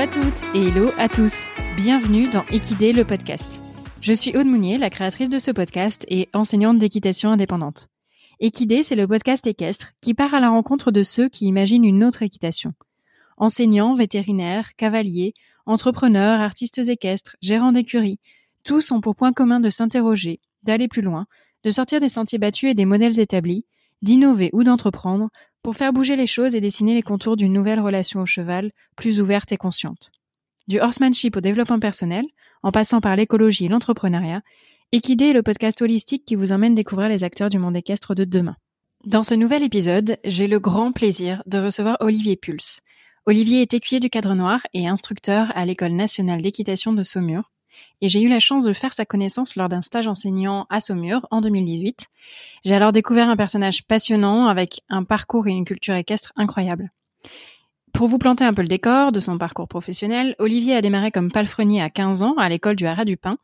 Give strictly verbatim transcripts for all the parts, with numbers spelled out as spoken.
à toutes et hello à tous. Bienvenue dans Équidé, le podcast. Je suis Aude Mounier, la créatrice de ce podcast et enseignante d'équitation indépendante. Équidé, c'est le podcast équestre qui part à la rencontre de ceux qui imaginent une autre équitation. Enseignants, vétérinaires, cavaliers, entrepreneurs, artistes équestres, gérants d'écuries, tous ont pour point commun de s'interroger, d'aller plus loin, de sortir des sentiers battus et des modèles établis, d'innover ou d'entreprendre pour faire bouger les choses et dessiner les contours d'une nouvelle relation au cheval, plus ouverte et consciente. Du horsemanship au développement personnel, en passant par l'écologie et l'entrepreneuriat, Équidé est le podcast holistique qui vous emmène découvrir les acteurs du monde équestre de demain. Dans ce nouvel épisode, j'ai le grand plaisir de recevoir Olivier Pulse. Olivier est écuyer du Cadre Noir et instructeur à l'École nationale d'équitation de Saumur, et j'ai eu la chance de faire sa connaissance lors d'un stage enseignant à Saumur en deux mille dix-huit. J'ai alors découvert un personnage passionnant avec un parcours et une culture équestre incroyables. Pour vous planter un peu le décor de son parcours professionnel, Olivier a démarré comme palefrenier à quinze ans à l'école du Haras du Pin.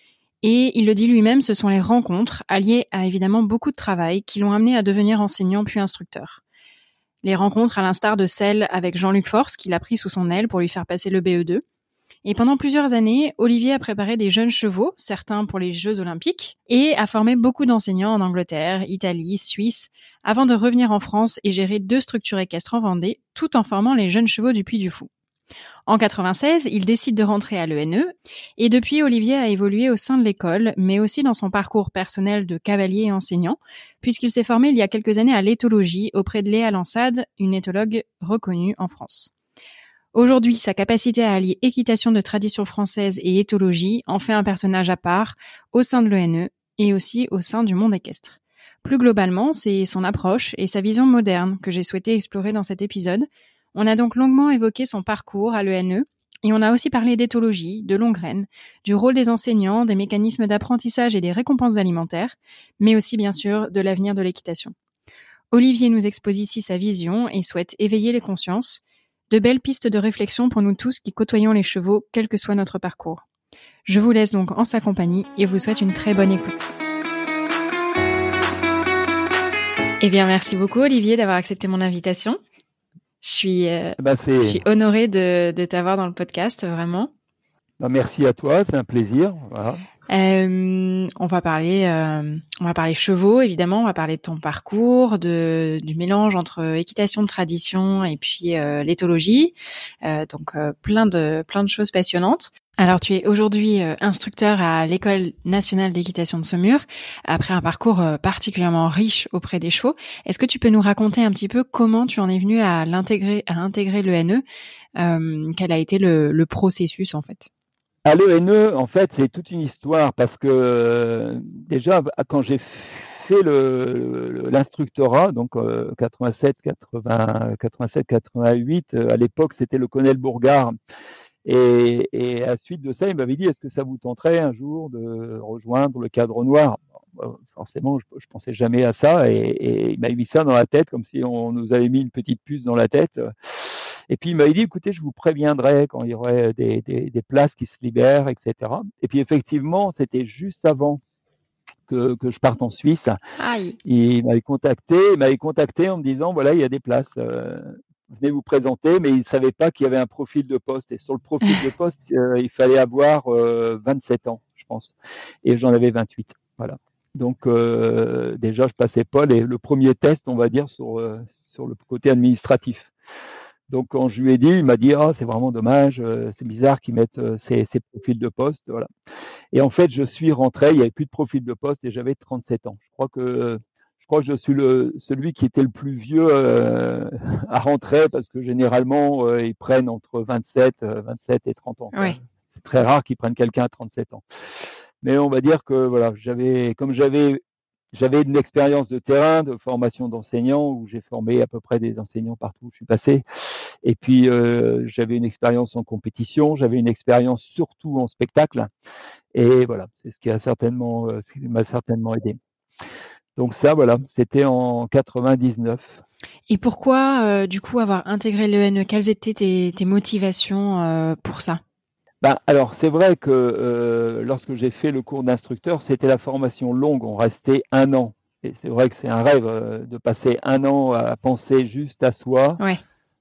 Et il le dit lui-même, ce sont les rencontres, alliées à évidemment beaucoup de travail, qui l'ont amené à devenir enseignant puis instructeur. Les rencontres à l'instar de celles avec Jean-Luc Force, qu'il a pris sous son aile pour lui faire passer le B E deux. Et pendant plusieurs années, Olivier a préparé des jeunes chevaux, certains pour les Jeux Olympiques, et a formé beaucoup d'enseignants en Angleterre, Italie, Suisse, avant de revenir en France et gérer deux structures équestres en Vendée, tout en formant les jeunes chevaux du Puy du Fou. En quatre-vingt-seize, il décide de rentrer à l'E N E, et depuis, Olivier a évolué au sein de l'école, mais aussi dans son parcours personnel de cavalier et enseignant, puisqu'il s'est formé il y a quelques années à l'éthologie auprès de Léa Lansade, une éthologue reconnue en France. Aujourd'hui, sa capacité à allier équitation de tradition française et éthologie en fait un personnage à part au sein de l'E N E et aussi au sein du monde équestre. Plus globalement, c'est son approche et sa vision moderne que j'ai souhaité explorer dans cet épisode. On a donc longuement évoqué son parcours à l'E N E et on a aussi parlé d'éthologie, de longue graine, du rôle des enseignants, des mécanismes d'apprentissage et des récompenses alimentaires, mais aussi bien sûr de l'avenir de l'équitation. Olivier nous expose ici sa vision et souhaite éveiller les consciences. De belles pistes de réflexion pour nous tous qui côtoyons les chevaux, quel que soit notre parcours. Je vous laisse donc en sa compagnie et vous souhaite une très bonne écoute. Eh bien, merci beaucoup Olivier d'avoir accepté mon invitation. Je suis, euh, bah c'est... je suis honorée de, de t'avoir dans le podcast, vraiment. Bah merci à toi, c'est un plaisir. Voilà. Euh, on va parler, euh, on va parler chevaux évidemment. On va parler de ton parcours, de du mélange entre équitation de tradition et puis euh, l'éthologie. Euh, donc euh, plein de plein de choses passionnantes. Alors tu es aujourd'hui euh, instructeur à l'École nationale d'équitation de Saumur, après un parcours euh, particulièrement riche auprès des chevaux. Est-ce que tu peux nous raconter un petit peu comment tu en es venu à l'intégrer, à intégrer l'E N E, euh, quel a été le, le processus en fait? À l'E N E, en fait, c'est toute une histoire parce que euh, déjà, quand j'ai fait le, le, l'instructorat, donc euh, quatre-vingt-sept, quatre-vingts, quatre-vingt-sept, quatre-vingt-huit, euh, à l'époque, c'était le colonel Bourgard. Et, et à la suite de ça, il m'avait dit, est-ce que ça vous tenterait un jour de rejoindre le Cadre Noir? Bon, forcément, je, je pensais jamais à ça et, et il m'a mis ça dans la tête comme si on nous avait mis une petite puce dans la tête. Et puis il m'avait dit, écoutez, je vous préviendrai quand il y aurait des, des, des places qui se libèrent, et cetera. Et puis effectivement, c'était juste avant que, que je parte en Suisse. Aïe. Il m'avait contacté, il m'avait contacté en me disant, voilà, il y a des places. Euh, venez vous présenter, mais il ne savait pas qu'il y avait un profil de poste. Et sur le profil de poste, euh, il fallait avoir euh, vingt-sept ans, je pense. Et j'en avais vingt-huit. Voilà. Donc euh, déjà, je passais pas les, le premier test, on va dire, sur, euh, sur le côté administratif. Donc quand je lui ai dit, il m'a dit, ah, c'est vraiment dommage, euh, c'est bizarre qu'ils mettent euh, ces, ces profils de poste. Voilà. Et en fait, je suis rentré, il n'y avait plus de profil de poste et j'avais trente-sept ans. Je crois que je crois que je suis le celui qui était le plus vieux euh, à rentrer parce que généralement euh, ils prennent entre vingt-sept, euh, vingt-sept et trente ans. Oui. C'est très rare qu'ils prennent quelqu'un à trente-sept ans. Mais on va dire que voilà, j'avais comme j'avais j'avais une expérience de terrain, de formation d'enseignant où j'ai formé à peu près des enseignants partout où je suis passé. Et puis euh, j'avais une expérience en compétition, j'avais une expérience surtout en spectacle. Et voilà, c'est ce qui a certainement, euh, ce qui m'a certainement aidé. Donc ça, voilà, c'était en quatre-vingt-dix-neuf. Et pourquoi, euh, du coup, avoir intégré l'E N E? Quelles étaient tes, tes motivations euh, pour ça? Ben, alors, c'est vrai que euh, lorsque j'ai fait le cours d'instructeur, c'était la formation longue, on restait un an. Et c'est vrai que c'est un rêve euh, de passer un an à penser juste à soi, Ouais.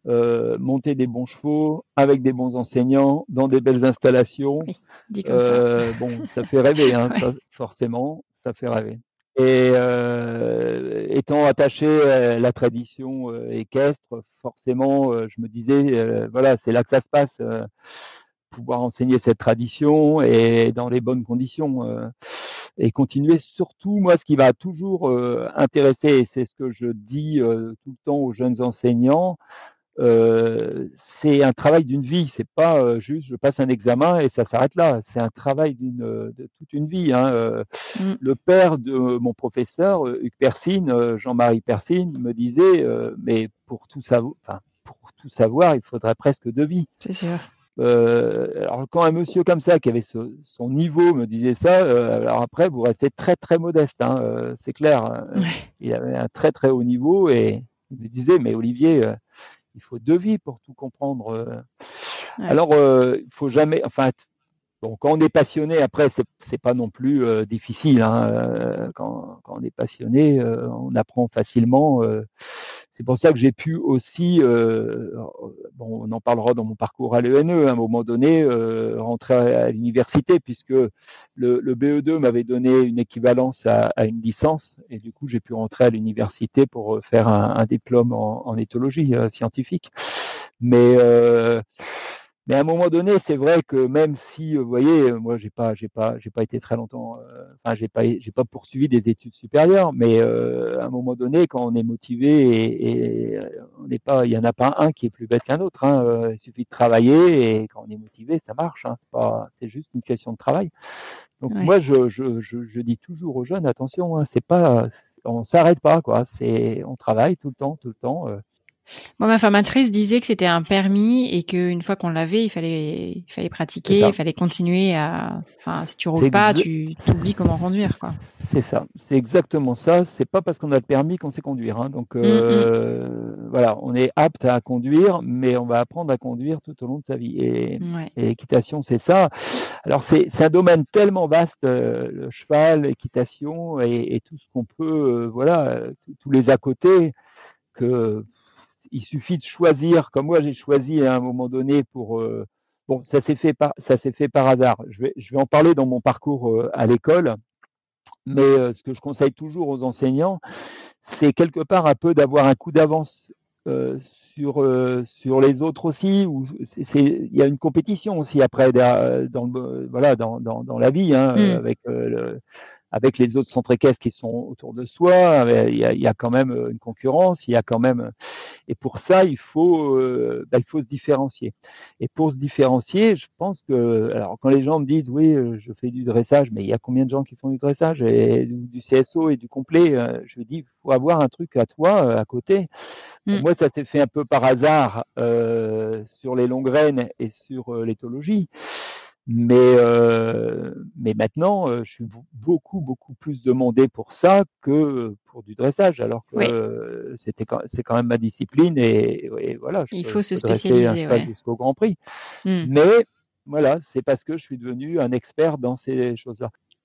euh, monter des bons chevaux avec des bons enseignants dans des belles installations. Oui, dit comme ça. Euh, bon, ça fait rêver, hein, Ouais. ça, forcément, ça fait rêver. Et euh, étant attaché à la tradition euh, équestre, forcément, euh, je me disais, euh, voilà, c'est là que ça se passe, euh, pouvoir enseigner cette tradition et dans les bonnes conditions. Euh, et continuer surtout, moi, ce qui va toujours euh, intéresser, et c'est ce que je dis euh, tout le temps aux jeunes enseignants, euh, c'est un travail d'une vie, c'est pas euh, juste je passe un examen et ça s'arrête là, c'est un travail d'une, de toute une vie. Hein. Euh, Mm. le père de mon professeur, euh, Hugues Persine, euh, Jean-Marie Persine, me disait, euh, mais pour tout savoir, enfin, pour tout savoir, il faudrait presque deux vies. C'est sûr. Euh, alors quand un monsieur comme ça, qui avait ce, son niveau, me disait ça, euh, alors après vous restez très très modeste, hein, euh, c'est clair. Hein. Ouais. Il avait un très très haut niveau et il me disait, mais Olivier, euh, il faut deux vies pour tout comprendre. Euh. Ouais. Alors euh, il faut jamais, enfin bon, quand on est passionné, après c'est c'est pas non plus euh, difficile. Hein, euh, quand, quand on est passionné, euh, on apprend facilement. Euh, c'est pour ça que j'ai pu aussi, euh, bon, on en parlera dans mon parcours à l'E N E, à un moment donné, euh, rentrer à, à l'université, puisque le, le B E deux m'avait donné une équivalence à, à une licence, et du coup j'ai pu rentrer à l'université pour faire un, un diplôme en, en éthologie euh, scientifique. Mais euh, mais à un moment donné, c'est vrai que même si, vous voyez, moi j'ai pas, j'ai pas, j'ai pas été très longtemps, euh, enfin j'ai pas, j'ai pas poursuivi des études supérieures, mais euh, à un moment donné, quand on est motivé et, et on n'est pas, il y en a pas un qui est plus bête qu'un autre. Hein, euh, il suffit de travailler et quand on est motivé, ça marche. Hein, c'est pas, c'est juste une question de travail. Donc Ouais. moi, je, je, je, je dis toujours aux jeunes, attention, hein, c'est pas, on s'arrête pas, quoi. C'est, on travaille tout le temps, tout le temps. Euh, Moi, ma formatrice disait que c'était un permis et qu'une fois qu'on l'avait, il fallait, il fallait pratiquer, il fallait continuer à. Enfin, si tu roules c'est pas, exa- tu oublies comment conduire, quoi. C'est ça, c'est exactement ça. C'est pas parce qu'on a le permis qu'on sait conduire. Hein. Donc Mm, mm. euh, voilà, on est apte à conduire, mais on va apprendre à conduire tout au long de sa vie. Et, Ouais. et l'équitation, c'est ça. Alors c'est, c'est un domaine tellement vaste, euh, le cheval, l'équitation et, et tout ce qu'on peut, euh, voilà, euh, tous les à côté, que il suffit de choisir. Comme moi, j'ai choisi à un moment donné pour euh, bon, ça s'est fait par, ça s'est fait par hasard. Je vais, je vais en parler dans mon parcours euh, à l'école. Mais euh, ce que je conseille toujours aux enseignants, c'est quelque part un peu d'avoir un coup d'avance euh, sur euh, sur les autres aussi. Ou c'est, c'est, il y a une compétition aussi après dans le, voilà dans, dans dans la vie hein, Mm. avec euh, le, avec les autres centres équestres qui sont autour de soi. Il y a, il y a quand même une concurrence. Il y a quand même et pour ça, il faut, euh, bah, il faut se différencier. Et pour se différencier, je pense que, alors quand les gens me disent, oui, euh, je fais du dressage, mais il y a combien de gens qui font du dressage et du, du C S O et du complet euh, Je dis, il faut avoir un truc à toi, euh, à côté. Bon, Mm. moi, ça s'est fait un peu par hasard euh, sur les longues graines et sur euh, l'éthologie. Mais, euh, mais maintenant, euh, je suis beaucoup, beaucoup plus demandé pour ça que pour du dressage, alors que Ouais. euh, c'était, c'est quand même ma discipline et, et voilà, je Il peux, faut je se peux dresser un spécialiser, cheval ouais. jusqu'au Grand Prix. Mm. Mais voilà, c'est parce que je suis devenu un expert dans ces choses-là.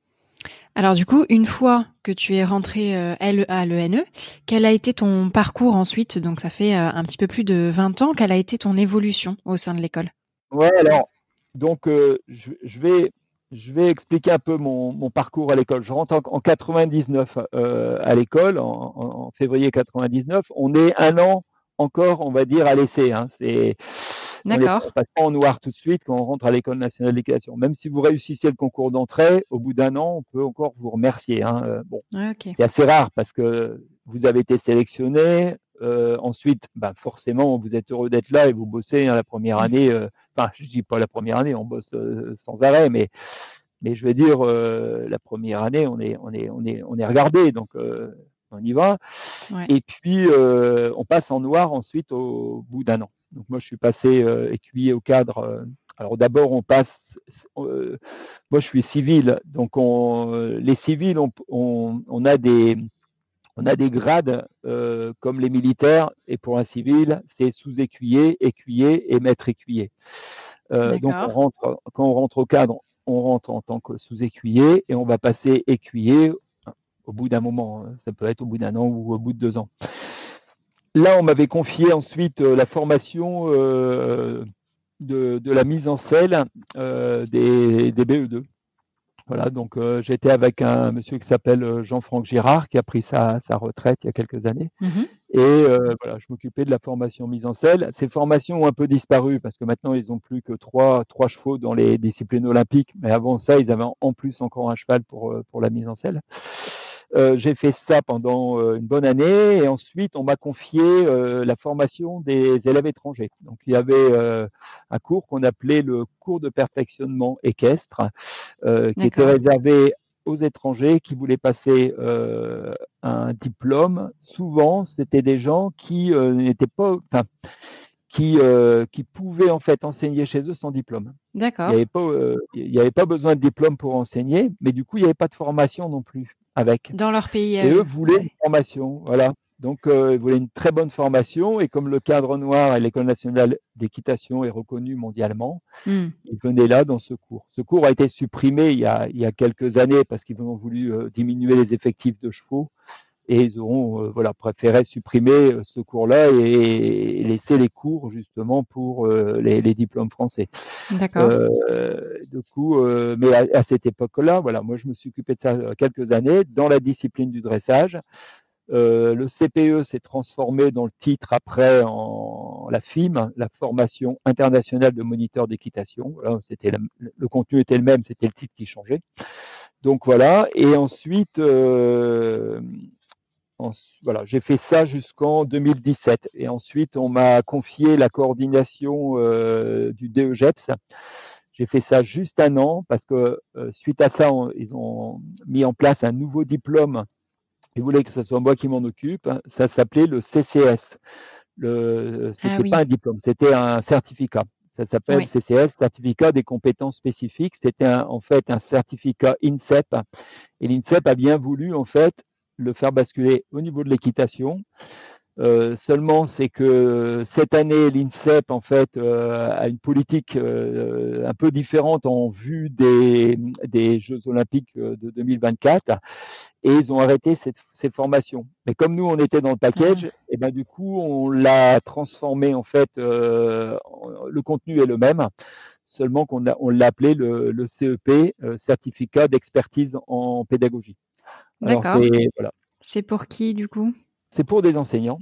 Alors du coup, une fois que tu es rentré euh, à l'E N E, quel a été ton parcours ensuite? Donc ça fait euh, un petit peu plus de vingt ans. Quelle a été ton évolution au sein de l'école? Ouais, alors, donc euh, je, je vais je vais expliquer un peu mon, mon parcours à l'école. Je rentre en, en quatre-vingt-dix-neuf euh, à l'école, en, en, en février quatre-vingt-dix-neuf. On est un an encore, on va dire, à l'essai. Hein. C'est, on est, on D'accord. passe pas en noir tout de suite quand on rentre à l'école nationale d'éducation. Même si vous réussissez le concours d'entrée, au bout d'un an, on peut encore vous remercier. Hein. Euh, bon, Ouais, ok. c'est assez rare parce que vous avez été sélectionné. Euh, ensuite, ben forcément, vous êtes heureux d'être là et vous bossez hein, la première année. Euh, enfin, je dis pas la première année, on bosse euh, sans arrêt, mais mais je veux dire euh, la première année, on est on est on est on est regardé, donc euh, on y va. Ouais. Et puis euh, on passe en noir ensuite au bout d'un an. Donc moi, je suis passé euh, écuyer au cadre. Euh, alors d'abord, on passe. Euh, moi, je suis civil, donc on, les civils, on, on, on a des on a des grades euh, comme les militaires, et pour un civil, c'est sous-écuyer, écuyer et maître écuyer. Euh, donc on D'accord. rentre, quand on rentre au cadre, on rentre en tant que sous-écuyer et on va passer écuyer au bout d'un moment. Ça peut être au bout d'un an ou au bout de deux ans. là, on m'avait confié ensuite euh, la formation euh, de, de la mise en selle euh, des, des B E deux. Voilà, donc euh, j'étais avec un monsieur qui s'appelle euh, Jean-Franck Girard, qui a pris sa, sa retraite il y a quelques années. Mhm. Et euh, voilà, je m'occupais de la formation mise en selle. Ces formations ont un peu disparu parce que maintenant, ils n'ont plus que trois, trois chevaux dans les disciplines olympiques. Mais avant ça, ils avaient en plus encore un cheval pour, euh, pour la mise en selle. Euh, j'ai fait ça pendant euh, une bonne année et ensuite on m'a confié euh, la formation des élèves étrangers. Donc il y avait euh, un cours qu'on appelait le cours de perfectionnement équestre euh, qui était D'accord. réservé aux étrangers qui voulaient passer euh, un diplôme. Souvent, c'était des gens qui euh, n'étaient pas, enfin, qui euh, qui pouvaient en fait enseigner chez eux sans diplôme. Il n'y D'accord. avait pas, euh, il y avait pas besoin de diplôme pour enseigner, mais du coup, il n'y avait pas de formation non plus avec. Dans leur pays Et à eux eux. voulaient une Ouais. formation, voilà. Donc, euh, ils voulaient une très bonne formation. Et comme le cadre noir à l'École nationale d'équitation est reconnu mondialement, Hmm. ils venaient là dans ce cours. Ce cours a été supprimé il y a, il y a quelques années parce qu'ils ont voulu euh, diminuer les effectifs de chevaux. Et ils auront euh, voilà, préféré supprimer euh, ce cours-là et, et laisser les cours justement pour euh, les, les diplômes français. D'accord. Euh, du coup, euh, mais à, à cette époque-là, voilà, moi je me suis occupé de ça quelques années dans la discipline du dressage. Euh, le C P E s'est transformé dans le titre après en la F I M, la formation internationale de moniteurs d'équitation. Voilà, c'était la, le contenu était le même, c'était le titre qui changeait. Donc voilà, et ensuite, euh, en, voilà, j'ai fait ça jusqu'en deux mille dix-sept. Et ensuite, on m'a confié la coordination euh, du D E G E P S. J'ai fait ça juste un an parce que euh, suite à ça, on, ils ont mis en place un nouveau diplôme. Ils voulaient que ce soit moi qui m'en occupe. Ça s'appelait le C C S. Le, Ah c'était pas oui. un diplôme, c'était un certificat. Ça s'appelle Oui. C C S, certificat des compétences spécifiques. C'était un, en fait un certificat INSEP. Et l'INSEP a bien voulu en fait le faire basculer au niveau de l'équitation. Euh, seulement, c'est que cette année, l'INSEP en fait euh, a une politique euh, un peu différente en vue des, des Jeux Olympiques de deux mille vingt-quatre, et ils ont arrêté cette, ces formations. Mais comme nous, on était dans le package, Ah. et ben du coup, on l'a transformé en fait. Euh, le contenu est le même, seulement qu'on a, on l'a appelé le, le C E P, euh, certificat d'expertise en pédagogie. Alors D'accord. c'est voilà, C'est pour qui du coup? c'est pour des enseignants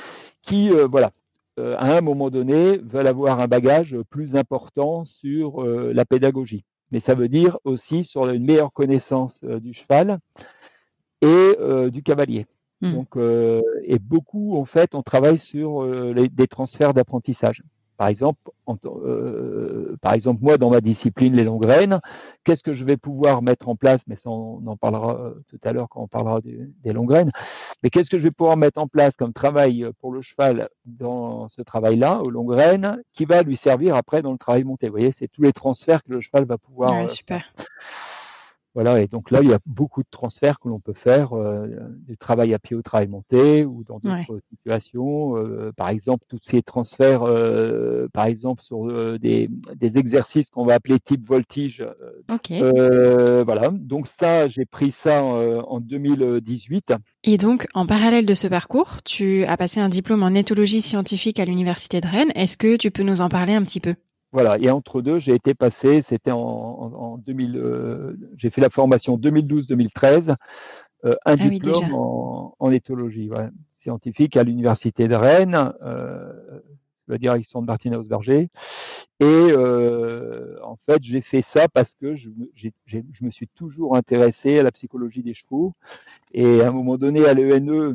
qui, euh, voilà, euh, à un moment donné, veulent avoir un bagage plus important sur euh, la pédagogie. Mais ça veut dire aussi sur une meilleure connaissance euh, du cheval et euh, du cavalier. Hmm. Donc, euh, et beaucoup, en fait, on travaille sur euh, les, des transferts d'apprentissage. Par exemple, en, euh, par exemple, moi, dans ma discipline, les longues graines, qu'est-ce que je vais pouvoir mettre en place? Mais ça, on en parlera tout à l'heure quand on parlera des, des longues graines. Mais qu'est-ce que je vais pouvoir mettre en place comme travail pour le cheval dans ce travail-là, aux longues graines, qui va lui servir après dans le travail monté? Vous voyez, c'est tous les transferts que le cheval va pouvoir Ouais, euh, faire. super. Voilà, et donc là, il y a beaucoup de transferts que l'on peut faire, euh, du travail à pied au travail monté ou dans d'autres Ouais. situations. Euh, par exemple, tous ces transferts, euh, par exemple, sur euh, des, des exercices qu'on va appeler type voltige. Ok. Euh, voilà, donc ça, j'ai pris ça euh, en deux mille dix-huit. Et donc, en parallèle de ce parcours, tu as passé un diplôme en éthologie scientifique à l'Université de Rennes. Est-ce que tu peux nous en parler un petit peu? Voilà, et entre deux, j'ai été passé, c'était en, en, en deux mille, euh, j'ai fait la formation deux mille douze deux mille treize, euh, un Ah oui, déjà. diplôme en, en éthologie ouais, scientifique à l'Université de Rennes, euh, la direction de Martin Hausberger. Et euh, en fait, j'ai fait ça parce que je, j'ai, j'ai, je me suis toujours intéressé à la psychologie des chevaux. Et à un moment donné, à l'E N E,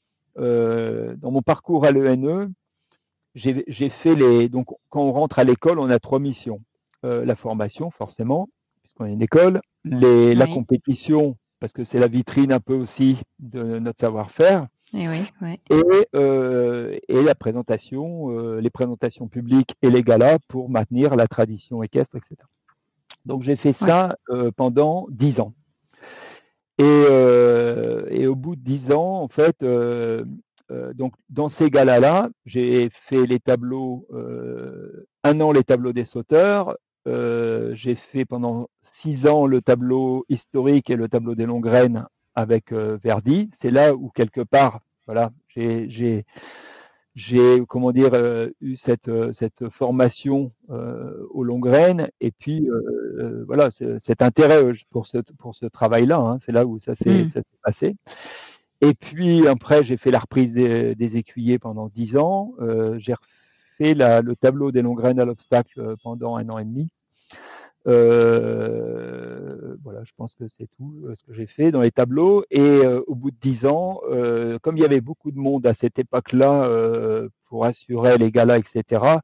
euh, dans mon parcours à l'E N E, j'ai, j'ai fait les. Donc, quand on rentre à l'école, on a trois missions. Euh, la formation, forcément, puisqu'on est une école. Les, la Oui. compétition, parce que c'est la vitrine un peu aussi de notre savoir-faire. Et oui, ouais. Et, euh, et la présentation, euh, les présentations publiques et les galas pour maintenir la tradition équestre, et cetera. Donc, j'ai fait Ouais. ça euh, pendant dix ans. Et, euh, et au bout de dix ans, en fait, euh, euh, donc dans ces galas-là, j'ai fait les tableaux, euh, un an les tableaux des sauteurs, euh, j'ai fait pendant six ans le tableau historique et le tableau des longues graines avec euh, Verdi. C'est là où quelque part, voilà, j'ai, j'ai j'ai, comment dire, euh, eu cette, euh, cette formation euh, aux longues graines et puis euh, voilà, ce- cet intérêt euh, pour ce, pour ce travail-là. Hein, c'est là où ça s'est, Mm. ça s'est passé. Et puis après, j'ai fait la reprise des, des écuyers pendant dix ans. Euh, j'ai refait la, le tableau des longues graines à l'obstacle pendant un an et demi. Euh, voilà, je pense que c'est tout euh, ce que j'ai fait dans les tableaux. Et euh, au bout de dix ans, euh, comme il y avait beaucoup de monde à cette époque-là euh, pour assurer les galas, et cetera,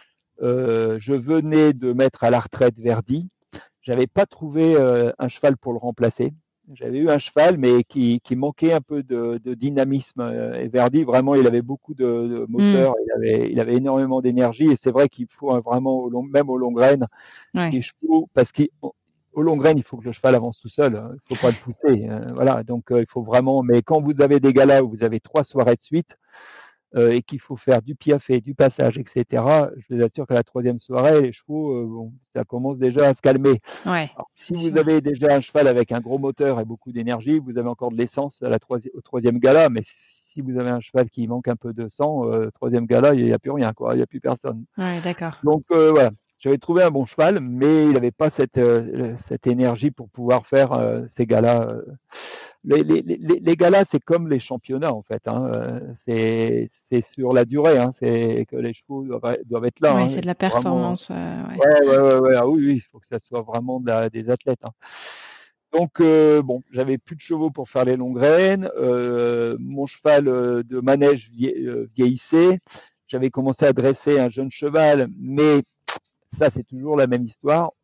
euh, je venais de mettre à la retraite Verdi. J'avais pas trouvé euh, un cheval pour le remplacer. J'avais eu un cheval, mais qui, qui manquait un peu de, de dynamisme. Euh, Et Verdi, vraiment, il avait beaucoup de, de Mm. moteur, il avait, il avait énormément d'énergie. Et c'est vrai qu'il faut un, vraiment, au long, même au long graine, Ouais. des chevaux, parce qu'au long graine, il faut que le cheval avance tout seul. Hein. Il ne faut pas le pousser. Hein. Voilà, donc euh, il faut vraiment. Mais quand vous avez des galas où vous avez trois soirées de suite, euh, et qu'il faut faire du piaffe, du passage, et cetera, je vous assure qu'à la troisième soirée, les chevaux, euh, bon, ça commence déjà à se calmer. Ouais, Alors, si c'est vous sûr. avez déjà un cheval avec un gros moteur et beaucoup d'énergie, vous avez encore de l'essence à la troisi- au troisième gala, mais si vous avez un cheval qui manque un peu de sang, euh, troisième gala, il n'y a plus rien, quoi, il n'y a plus personne. Ouais, d'accord. Donc euh, voilà, j'avais trouvé un bon cheval, mais il n'avait pas cette, euh, cette énergie pour pouvoir faire euh, ces galas. euh, les, les, les, les galas, c'est comme les championnats en fait. Hein. Euh, C'est, c'est sur la durée. Hein. C'est que les chevaux doivent, doivent être là. Ouais, Hein. c'est Il de la faut vraiment. performance. euh, ouais. Ouais, ouais, ouais, ouais. Ah oui, oui. Il faut que ça soit vraiment de la- des athlètes. Hein. Donc euh, bon, j'avais plus de chevaux pour faire les longues graines. Euh, mon cheval euh, de manège vie- euh, vieillissait. J'avais commencé à dresser un jeune cheval, mais ça, c'est toujours la même histoire.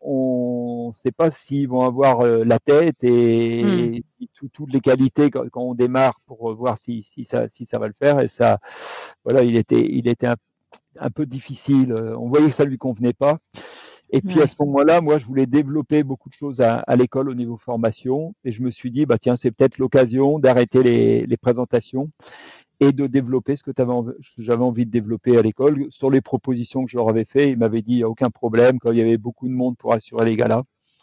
On ne sait pas s'ils vont avoir euh, la tête Mm. et, et tout- toutes les qualités quand, quand on démarre pour voir si, si, ça, si ça va le faire. Et ça, voilà, il était, il était un, un peu difficile. On voyait que ça lui convenait pas. Et puis à Ouais. ce moment-là, moi, je voulais développer beaucoup de choses à, à l'école au niveau formation. Et je me suis dit, bah tiens, c'est peut-être l'occasion d'arrêter les, les présentations et de développer ce que t'avais env- ce que j'avais envie de développer à l'école. Sur les propositions que je leur avais fait, ils m'avaient dit, il n'y a aucun problème. Quand il y avait beaucoup de monde pour assurer les galas,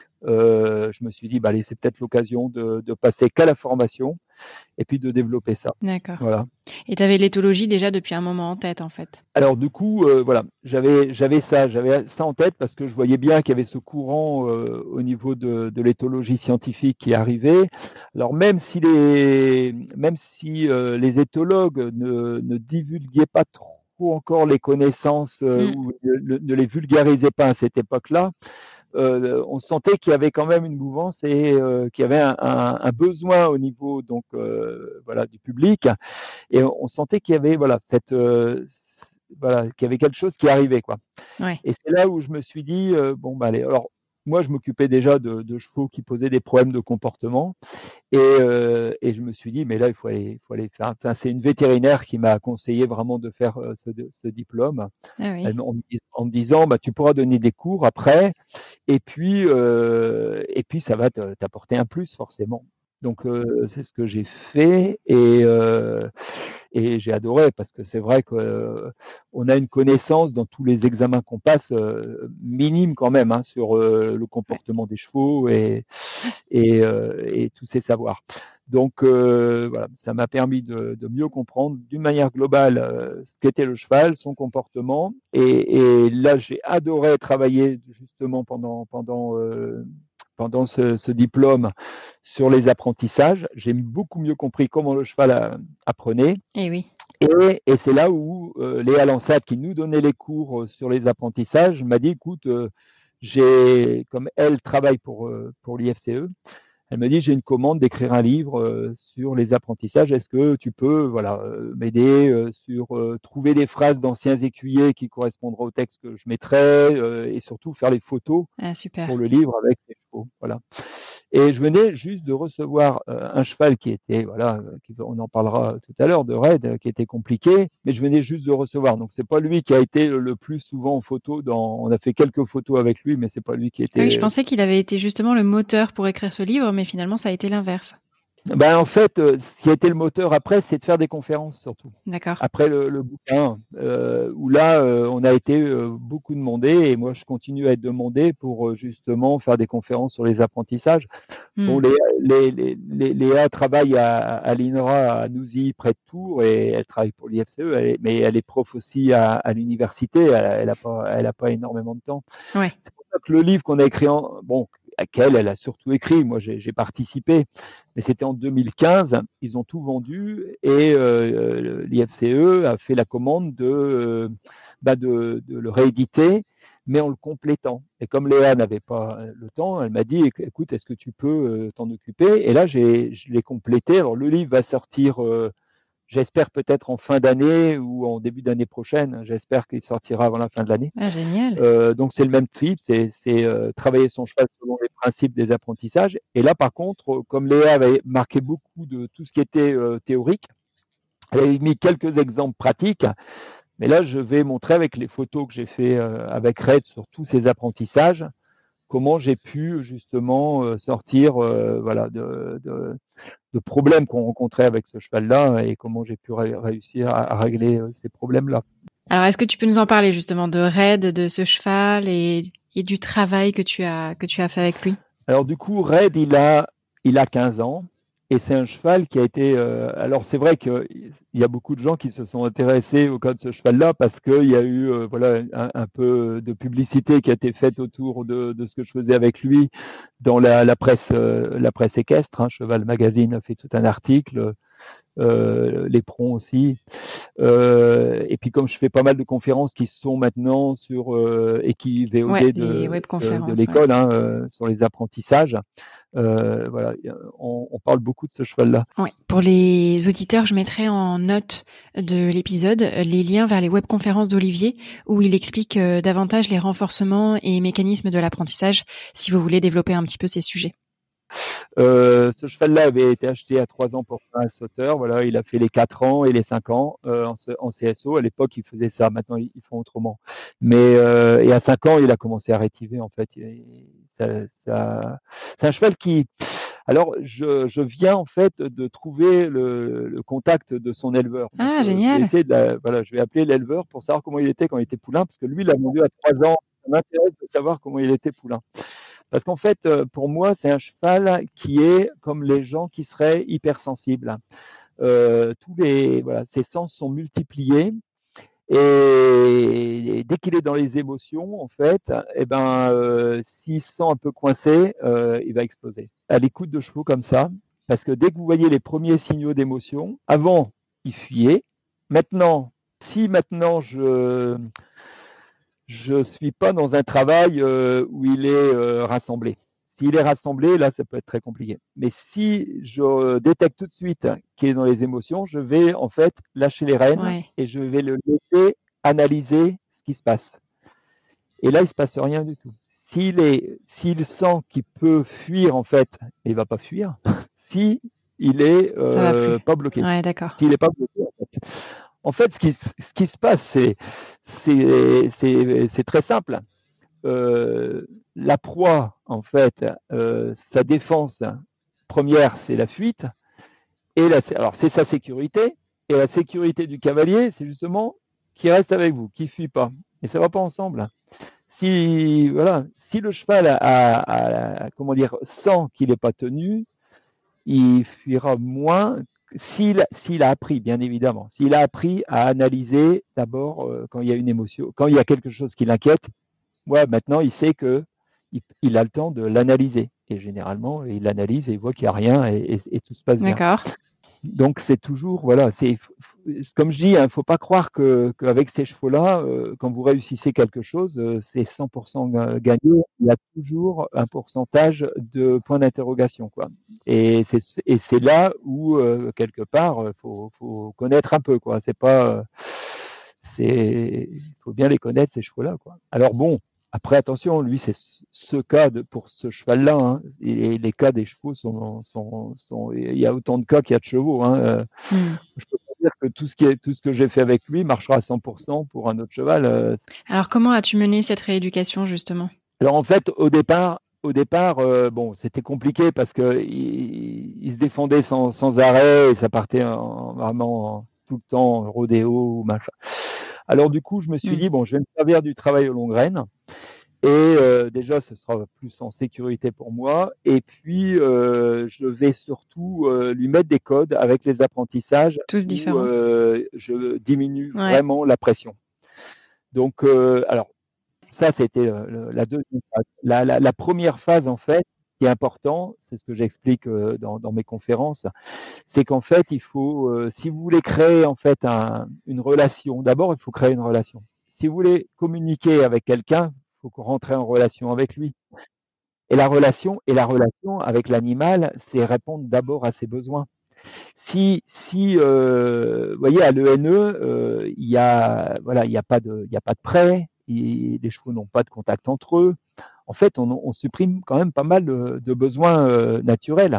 euh, je me suis dit, bah, allez, c'est peut-être l'occasion de, de passer qu'à la formation et puis de développer ça. D'accord. Voilà. Et tu avais l'éthologie déjà depuis un moment en tête, en fait. Alors du coup, euh, voilà, j'avais j'avais ça, j'avais ça en tête parce que je voyais bien qu'il y avait ce courant euh, au niveau de, de l'éthologie scientifique qui arrivait. Alors même si les même si euh, les éthologues ne, ne divulguaient pas trop encore les connaissances euh, Mm. ou ne, ne les vulgarisaient pas à cette époque-là, euh, on sentait qu'il y avait quand même une mouvance et euh, qu'il y avait un, un, un besoin au niveau donc euh, voilà du public et on, on sentait qu'il y avait voilà cette euh, voilà, qu'il y avait quelque chose qui arrivait, quoi. Ouais. Et c'est là où je me suis dit, euh, bon, bah, allez, alors, moi, je m'occupais déjà de, de chevaux qui posaient des problèmes de comportement. Et, euh, et je me suis dit, mais là, il faut aller, il faut aller faire. Enfin, c'est une vétérinaire qui m'a conseillé vraiment de faire euh, ce, ce diplôme. Ah oui. Elle, en, en me disant, bah, tu pourras donner des cours après. Et puis, euh, et puis ça va te- t'apporter un plus, forcément. Donc, euh, c'est ce que j'ai fait. Et, euh, et j'ai adoré parce que c'est vrai qu'on euh, a une connaissance dans tous les examens qu'on passe, euh, minime quand même, hein, sur euh, le Ouais. comportement des chevaux et, et, euh, et tous ces savoirs. Donc euh, voilà, ça m'a permis de, de mieux comprendre d'une manière globale euh, ce qu'était le cheval, son comportement. Et, et là, j'ai adoré travailler justement pendant pendant euh, pendant ce, ce diplôme sur les apprentissages. J'ai beaucoup mieux compris comment le cheval a- apprenait. Eh oui. Et, et c'est là où euh, Léa Lansat, qui nous donnait les cours euh, sur les apprentissages, m'a dit, écoute, euh, j'ai, comme elle travaille pour, euh, pour l'I F C E, elle me dit, j'ai une commande d'écrire un livre euh, sur les apprentissages. Est-ce que tu peux, voilà, euh, m'aider euh, sur euh, trouver des phrases d'anciens écuyers qui correspondraient au texte que je mettrais euh, et surtout faire les photos Ah, super. pour le livre avec les chevaux. Voilà. Et je venais juste de recevoir euh, un cheval qui était, voilà, euh, qui, on en parlera tout à l'heure, de raid, euh, qui était compliqué, mais je venais juste de recevoir. Donc c'est pas lui qui a été le, le plus souvent en photo. Dans, on a fait quelques photos avec lui, mais c'est pas lui qui Ah oui, je était. pensais qu'il avait été justement le moteur pour écrire ce livre, mais finalement, ça a été l'inverse. Ben, en fait, euh, ce qui a été le moteur après, c'est de faire des conférences surtout. D'accord. Après le, le bouquin, euh, où là, euh, on a été euh, beaucoup demandé et moi, je continue à être demandé pour euh, justement faire des conférences sur les apprentissages. Bon, Hmm. les, les, les, les, Léa travaille à, à l'I N R A à Nouzy, près de Tours, et elle travaille pour l'I F C E, elle est, mais elle est prof aussi à, à l'université. Elle n'a pas, elle a pas énormément de temps. Ouais. C'est pour ça que le livre qu'on a écrit, en, bon, à quel elle a surtout écrit, moi j'ai, j'ai participé, mais c'était en deux mille quinze. Ils ont tout vendu et euh, l'I F C E a fait la commande de, euh, bah de, de le rééditer, mais en le complétant. Et comme Léa n'avait pas le temps, elle m'a dit, écoute, est-ce que tu peux t'en occuper? Et là, j'ai, je l'ai complété. Alors, le livre va sortir, euh, j'espère peut-être en fin d'année ou en début d'année prochaine. J'espère qu'il sortira avant la fin de l'année. Ah, génial. Euh, donc, c'est le même trip, c'est, c'est euh, travailler son cheval selon les principes des apprentissages. Et là, par contre, comme Léa avait marqué beaucoup de tout ce qui était euh, théorique, elle a mis quelques exemples pratiques. Mais là, je vais montrer avec les photos que j'ai fait euh, avec Red sur tous ces apprentissages, comment j'ai pu justement euh, sortir euh, voilà, de, de, de problèmes qu'on rencontrait avec ce cheval-là et comment j'ai pu ré- réussir à, à régler euh, ces problèmes-là. Alors, est-ce que tu peux nous en parler justement de Red, de ce cheval et, et du travail que tu as que tu as fait avec lui? Alors du coup, Red, il a, il a quinze ans. Et c'est un cheval qui a été. Euh, alors c'est vrai qu'il y a beaucoup de gens qui se sont intéressés au cas de ce cheval-là parce qu'il y a eu euh, voilà un, un peu de publicité qui a été faite autour de, de ce que je faisais avec lui dans la, la presse, euh, la presse équestre. Hein, Cheval Magazine a fait tout un article, euh, L'éperon aussi. Euh, et puis comme je fais pas mal de conférences qui sont maintenant sur euh, et qui V O D Ouais, de, les de, webconférences. de l'école, Ouais. hein, euh, sur les apprentissages. Euh, voilà, on, on parle beaucoup de ce cheval-là. Ouais. Pour les auditeurs, je mettrai en note de l'épisode les liens vers les webconférences d'Olivier où il explique euh, davantage les renforcements et mécanismes de l'apprentissage si vous voulez développer un petit peu ces sujets. Euh, ce cheval-là avait été acheté à trois ans pour faire un sauteur. Voilà, il a fait les quatre ans et les cinq ans euh, en, en C S O. À l'époque, il faisait ça. Maintenant, ils, ils font autrement. Mais euh, et à cinq ans, il a commencé à rétiver. En fait, et ça, ça, c'est un cheval qui. Alors, je, je viens en fait de trouver le, le contact de son éleveur. Donc, Ah, euh, je vais génial. essayer de la, voilà, je vais appeler l'éleveur pour savoir comment il était quand il était poulain, parce que lui, il a vendu à trois ans. Ça m'intéresse de savoir comment il était poulain. Parce qu'en fait, pour moi, c'est un cheval qui est comme les gens qui seraient hypersensibles. Euh, tous les, voilà, ses sens sont multipliés et dès qu'il est dans les émotions, en fait, eh ben, euh, s'il se sent un peu coincé, euh, il va exploser. À l'écoute de chevaux comme ça, parce que dès que vous voyez les premiers signaux d'émotion, avant, il fuyait. Maintenant, si maintenant je je suis pas dans un travail euh, où il est euh, rassemblé. S'il est rassemblé, là, ça peut être très compliqué. Mais si je détecte tout de suite qu'il est dans les émotions, je vais en fait lâcher les rênes Ouais. et je vais le laisser analyser ce qui se passe. Et là, il se passe rien du tout. S'il est, s'il sent qu'il peut fuir, en fait, il va pas fuir. Si il est Ça va euh, plus. pas bloqué. Ouais, d'accord. S'il est pas bloqué, en fait. En fait, ce qui, ce qui se passe, c'est, c'est, c'est, c'est très simple. Euh, la proie, en fait, euh, sa défense première, c'est la fuite. Et la, alors, c'est sa sécurité. Et la sécurité du cavalier, c'est justement qu'il reste avec vous, qu'il ne fuit pas. Et ça ne va pas ensemble. Si, voilà, si le cheval a, a, a comment dire, sent qu'il n'est pas tenu, il fuira moins. S'il, s'il a appris, bien évidemment, s'il a appris à analyser d'abord euh, quand il y a une émotion, quand il y a quelque chose qui l'inquiète, ouais, maintenant il sait que il, il a le temps de l'analyser. Et généralement, il l'analyse et il voit qu'il n'y a rien et, et, et tout se passe bien. D'accord. Donc c'est toujours, voilà, c'est comme je dis, il hein, ne faut pas croire que qu'avec ces chevaux-là, euh, quand vous réussissez quelque chose, euh, c'est cent pour cent gagné. Il y a toujours un pourcentage de points d'interrogation, quoi. Et c'est et c'est là où euh, quelque part, euh, faut faut connaître un peu, quoi. C'est pas, euh, c'est, faut bien les connaître ces chevaux-là, quoi. Alors bon, après attention, lui c'est ce cas de, pour ce cheval-là, hein, et les cas des chevaux sont, sont, sont, il y a autant de cas qu'il y a de chevaux. Hein. Mm. Je peux pas dire que tout ce, qui est, tout ce que j'ai fait avec lui marchera à cent pour cent pour un autre cheval. Alors comment as-tu mené cette rééducation justement ? Alors en fait, au départ, au départ, euh, bon, c'était compliqué parce que il, il se défendait sans, sans arrêt et ça partait en, vraiment en, tout le temps rodéo ou machin. Alors du coup, je me suis Mm. dit bon, je vais me servir du travail aux longues graines et euh, déjà, ce sera plus en sécurité pour moi. Et puis, euh, je vais surtout euh, lui mettre des codes avec les apprentissages Tous où différents. euh, je diminue Ouais. vraiment la pression. Donc, euh, alors ça, c'était euh, le- la deuxième phase. La, la, la première phase, en fait, qui est important, c'est ce que j'explique euh, dans, dans mes conférences, c'est qu'en fait, il faut, euh, si vous voulez créer en fait un, une relation, d'abord, il faut créer une relation. Si vous voulez communiquer avec quelqu'un, il faut rentrer en relation avec lui. Et la relation, et la relation avec l'animal, c'est répondre d'abord à ses besoins. Si, si, euh, vous voyez, à l'E N E, euh, il y a, voilà, il n'y a pas de, il y a pas de prêt, il- les chevaux n'ont pas de contact entre eux. En fait, on, on supprime quand même pas mal de, de besoins euh, naturels.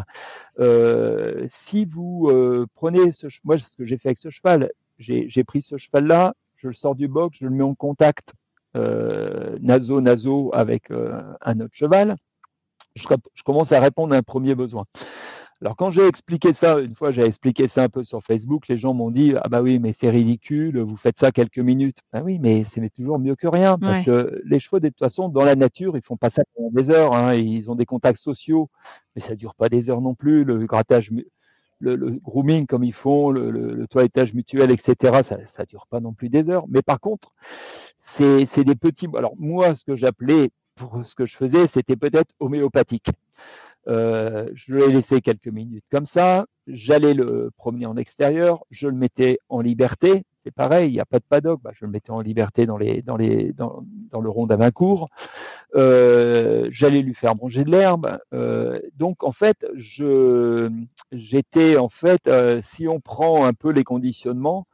Euh, si vous euh, prenez ce, moi, ce que j'ai fait avec ce cheval, j'ai, j'ai pris ce cheval-là, je le sors du box, je le mets en contact euh, naso-naso avec euh, un autre cheval. Je, je commence à répondre à un premier besoin. Alors quand j'ai expliqué ça, une fois j'ai expliqué ça un peu sur Facebook, les gens m'ont dit ah bah oui mais c'est ridicule, vous faites ça quelques minutes. Ah oui mais c'est toujours mieux que rien parce Ouais. que les chevaux de toute façon dans la nature ils font pas ça pendant des heures, hein, ils ont des contacts sociaux, mais ça dure pas des heures non plus. Le grattage, le, le grooming comme ils font, le, le, le toilettage mutuel, et cetera. Ça, ça dure pas non plus des heures. Mais par contre c'est c'est des petits. Alors moi ce que j'appelais pour ce que je faisais c'était peut-être homéopathique. Euh, je l'ai laissé quelques minutes comme ça. J'allais le promener en extérieur. Je le mettais en liberté. C'est pareil, il n'y a pas de paddock. Bah, je le mettais en liberté dans, les, dans, les, dans, dans le rond d'Avincourt. Euh, j'allais lui faire manger de l'herbe. Euh, donc en fait, je, j'étais en fait, euh, si on prend un peu les conditionnements,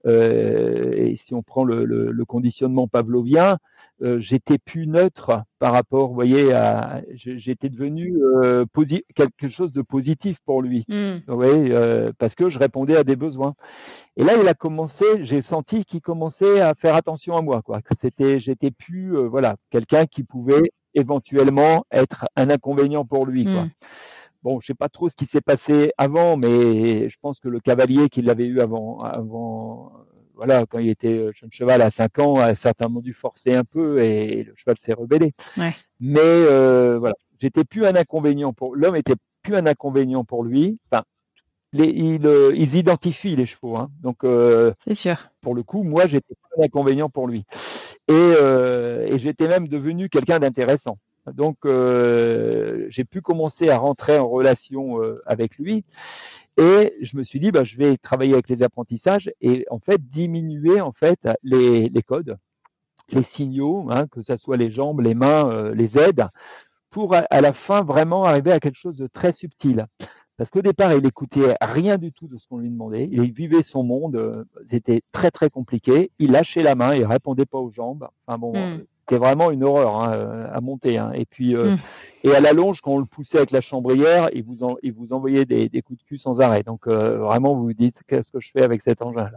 euh, et si on prend le, le, le conditionnement pavlovien, euh, j'étais plus neutre par rapport, vous voyez, à, j'étais devenu euh, posi- quelque chose de positif pour lui, Mm. vous voyez, euh, parce que je répondais à des besoins. Et là, il a commencé, j'ai senti qu'il commençait à faire attention à moi, quoi. Que c'était, j'étais plus, euh, voilà, quelqu'un qui pouvait éventuellement être un inconvénient pour lui, quoi. Mm. Bon, je sais pas trop ce qui s'est passé avant, mais je pense que le cavalier qu'il avait eu avant, avant, voilà, quand il était jeune cheval à cinq ans, a certainement dû forcer un peu et le cheval s'est rebellé. Ouais. Mais euh, voilà, j'étais plus un inconvénient pour l'homme, était plus un inconvénient pour lui. Enfin, les, ils, euh, ils identifient les chevaux, hein. Donc euh, C'est sûr. pour le coup, moi, j'étais pas un inconvénient pour lui. Et, euh, et j'étais même devenu quelqu'un d'intéressant. Donc, euh, j'ai pu commencer à rentrer en relation euh, avec lui. Et je me suis dit, bah, je vais travailler avec les apprentissages et en fait diminuer en fait les, les codes, les signaux, hein, que ce soit les jambes, les mains, euh, les aides, pour à, à la fin vraiment arriver à quelque chose de très subtil. Parce qu'au départ, il écoutait rien du tout de ce qu'on lui demandait. Il vivait son monde. euh, C'était très très compliqué. Il lâchait la main, il répondait pas aux jambes. Enfin bon, Mm. c'était vraiment une horreur, hein, euh, à monter, hein. Et puis euh, Mm. et à la longe, quand on le poussait avec la chambrière, il vous en, il vous envoyait des, des coups de cul sans arrêt. Donc euh, vraiment, vous vous dites qu'est-ce que je fais avec cet engin-là.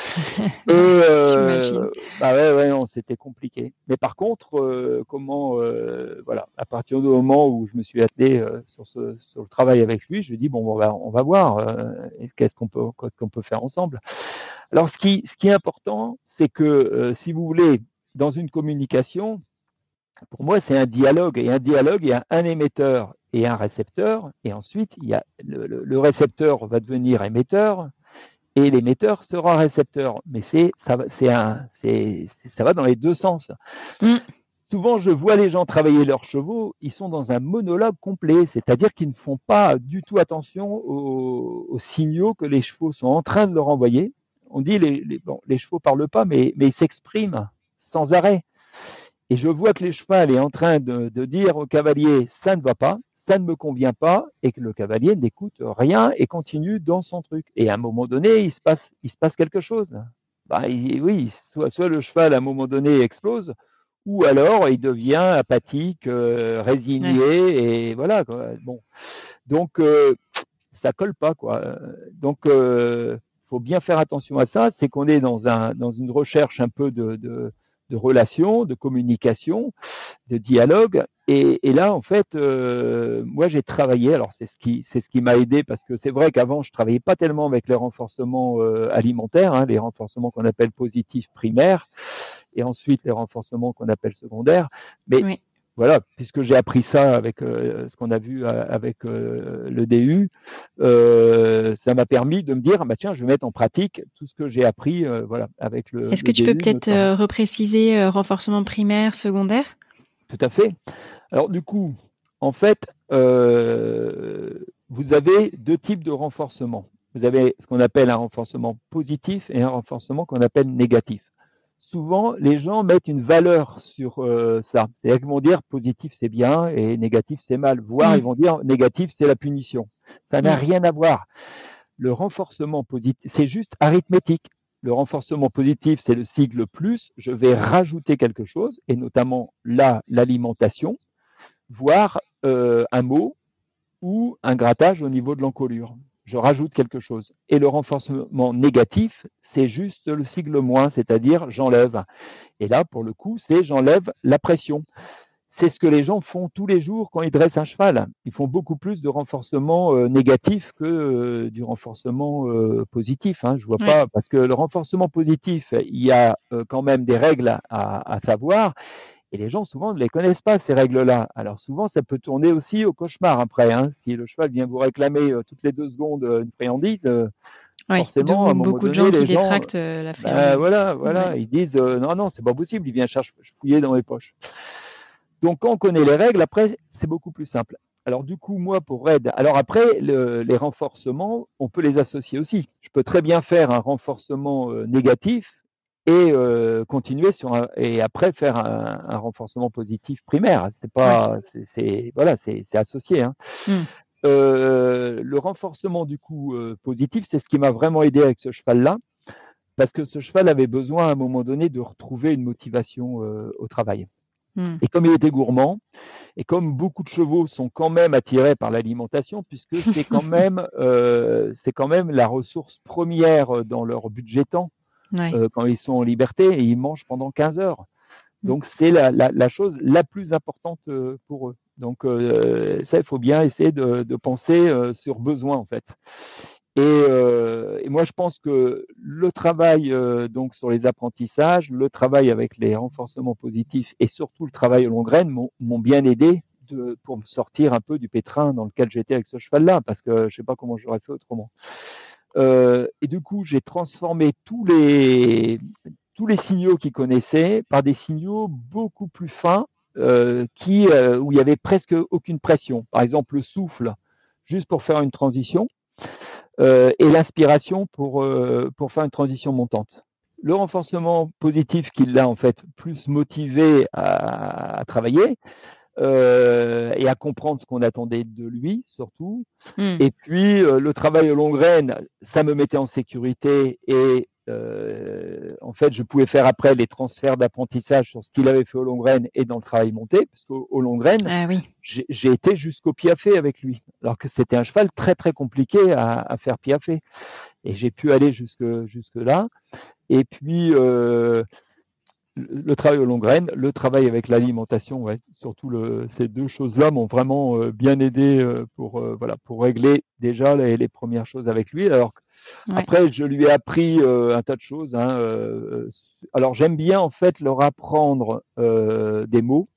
Et J'imagine. euh, bah ouais, ouais, non, c'était compliqué. Mais par contre, euh, comment, euh, voilà, à partir du moment où je me suis attelé euh, sur ce, sur le travail avec lui, je lui ai dit bon, on va, on va voir, euh, qu'est-ce qu'on peut, qu'est-ce qu'on peut faire ensemble. Alors, ce qui, ce qui est important, c'est que euh, si vous voulez, dans une communication, pour moi, c'est un dialogue. Et un dialogue, il y a un émetteur et un récepteur. Et ensuite, il y a le, le, le récepteur va devenir émetteur et l'émetteur sera récepteur. Mais c'est, ça, c'est un, c'est, ça va dans les deux sens. Mm. Souvent, je vois les gens travailler leurs chevaux, ils sont dans un monologue complet, c'est-à-dire qu'ils ne font pas du tout attention aux, aux signaux que les chevaux sont en train de leur envoyer. On dit les, les, bon, les chevaux parlent pas, mais, mais ils s'expriment sans arrêt. Et je vois que les chevaux est en train de, de dire au cavalier ça ne va pas, ça ne me convient pas, et que le cavalier n'écoute rien et continue dans son truc. Et à un moment donné, il se passe, il se passe quelque chose. Bah, il, oui, soit, soit le cheval à un moment donné explose, ou alors il devient apathique, euh, résigné, Ouais. et voilà, quoi. Bon, donc euh, ça colle pas, quoi. Donc euh, faut bien faire attention à ça. C'est qu'on est dans un dans une recherche un peu de, de de relation, de communication, de dialogue. Et, et là, en fait, euh, moi, j'ai travaillé. Alors, c'est ce qui, c'est ce qui m'a aidé parce que c'est vrai qu'avant, je travaillais pas tellement avec les renforcements euh, alimentaires, hein, les renforcements qu'on appelle positifs primaires, et ensuite les renforcements qu'on appelle secondaires. Mais Oui. voilà, puisque j'ai appris ça avec euh, ce qu'on a vu euh, avec euh, le D U, euh, ça m'a permis de me dire, bah tiens, je vais mettre en pratique tout ce que j'ai appris, euh, voilà, avec le, Est-ce le que tu peux D U peut-être notamment. euh, repréciser euh, renforcement primaire, secondaire? Tout à fait. Alors du coup, en fait, euh, vous avez deux types de renforcement. Vous avez ce qu'on appelle un renforcement positif et un renforcement qu'on appelle négatif. Souvent, les gens mettent une valeur sur euh, ça. C'est-à-dire qu'ils vont dire positif c'est bien et négatif c'est mal. Voire Mm. ils vont dire négatif c'est la punition. Ça n'a Mm. rien à voir. Le renforcement positif, c'est juste arithmétique. Le renforcement positif, c'est le sigle plus. Je vais rajouter quelque chose, et notamment là, l'alimentation, voire euh, un mot ou un grattage au niveau de l'encolure. Je rajoute quelque chose. Et le renforcement négatif, c'est juste le sigle moins, c'est-à-dire j'enlève. Et là, pour le coup, c'est j'enlève la pression. C'est ce que les gens font tous les jours quand ils dressent un cheval. Ils font beaucoup plus de renforcement euh, négatif que euh, du renforcement euh, positif. Hein. Je vois Ouais. pas, parce que le renforcement positif, il y a euh, quand même des règles à, à savoir. Et les gens, souvent, ne les connaissent pas, ces règles-là. Alors, souvent, ça peut tourner aussi au cauchemar après. Hein. Si le cheval vient vous réclamer euh, toutes les deux secondes euh, une friandise, euh, Oui, forcément, à d'où un moment beaucoup de donné, gens qui les gens, détractent euh, la ben friandise. voilà, voilà, Ouais. ils disent euh, non, non, c'est pas possible, il vient chercher fouiller dans les poches. Donc, quand on connaît les règles, après, c'est beaucoup plus simple. Alors, du coup, moi, pour Red, alors après, le, les renforcements, on peut les associer aussi. Je peux très bien faire un renforcement euh, négatif et euh, continuer sur un, et après faire un, un renforcement positif primaire. C'est Ouais. pas, c'est, c'est voilà, c'est, c'est associé. Hein. Mm. Euh, le renforcement du coup euh, positif, c'est ce qui m'a vraiment aidé avec ce cheval-là, parce que ce cheval avait besoin à un moment donné de retrouver une motivation euh, au travail. Mm. Et comme il était gourmand, et comme beaucoup de chevaux sont quand même attirés par l'alimentation, puisque c'est quand même, euh, c'est quand même la ressource première dans leur budget temps Ouais. euh, quand ils sont en liberté et ils mangent pendant quinze heures. Mm. Donc c'est la, la, la chose la plus importante euh, pour eux. Donc euh, ça, il faut bien essayer de, de penser euh, sur besoin en fait. Et, euh, et moi, je pense que le travail euh, donc sur les apprentissages, le travail avec les renforcements positifs et surtout le travail aux longues graines m'ont, m'ont bien aidé de, pour me sortir un peu du pétrin dans lequel j'étais avec ce cheval-là, parce que je sais pas comment j'aurais fait autrement. Euh, et du coup, j'ai transformé tous les tous les signaux qu'il connaissait par des signaux beaucoup plus fins, euh, qui euh, où il y avait presque aucune pression. Par exemple, le souffle, juste pour faire une transition euh, et l'inspiration pour, euh, pour faire une transition montante. Le renforcement positif qui l'a en fait plus motivé à, à travailler euh, et à comprendre ce qu'on attendait de lui surtout. Mm. Et puis euh, le travail aux longues graines, ça me mettait en sécurité et euh, en fait je pouvais faire après les transferts d'apprentissage sur ce qu'il avait fait aux longues graines et dans le travail monté, parce qu'aux longues graines, Ah oui. j'ai, j'ai été jusqu'au piafé avec lui, alors que c'était un cheval très très compliqué à, à faire piaffer. Et j'ai pu aller jusque, jusque là. Et puis, euh, le, le travail aux longues graines, le travail avec l'alimentation, ouais, surtout le, ces deux choses-là m'ont vraiment euh, bien aidé euh, pour, euh, voilà, pour régler déjà les, les premières choses avec lui. Alors Ouais. après, je lui ai appris euh, un tas de choses. Hein, euh, alors j'aime bien en fait leur apprendre euh, des mots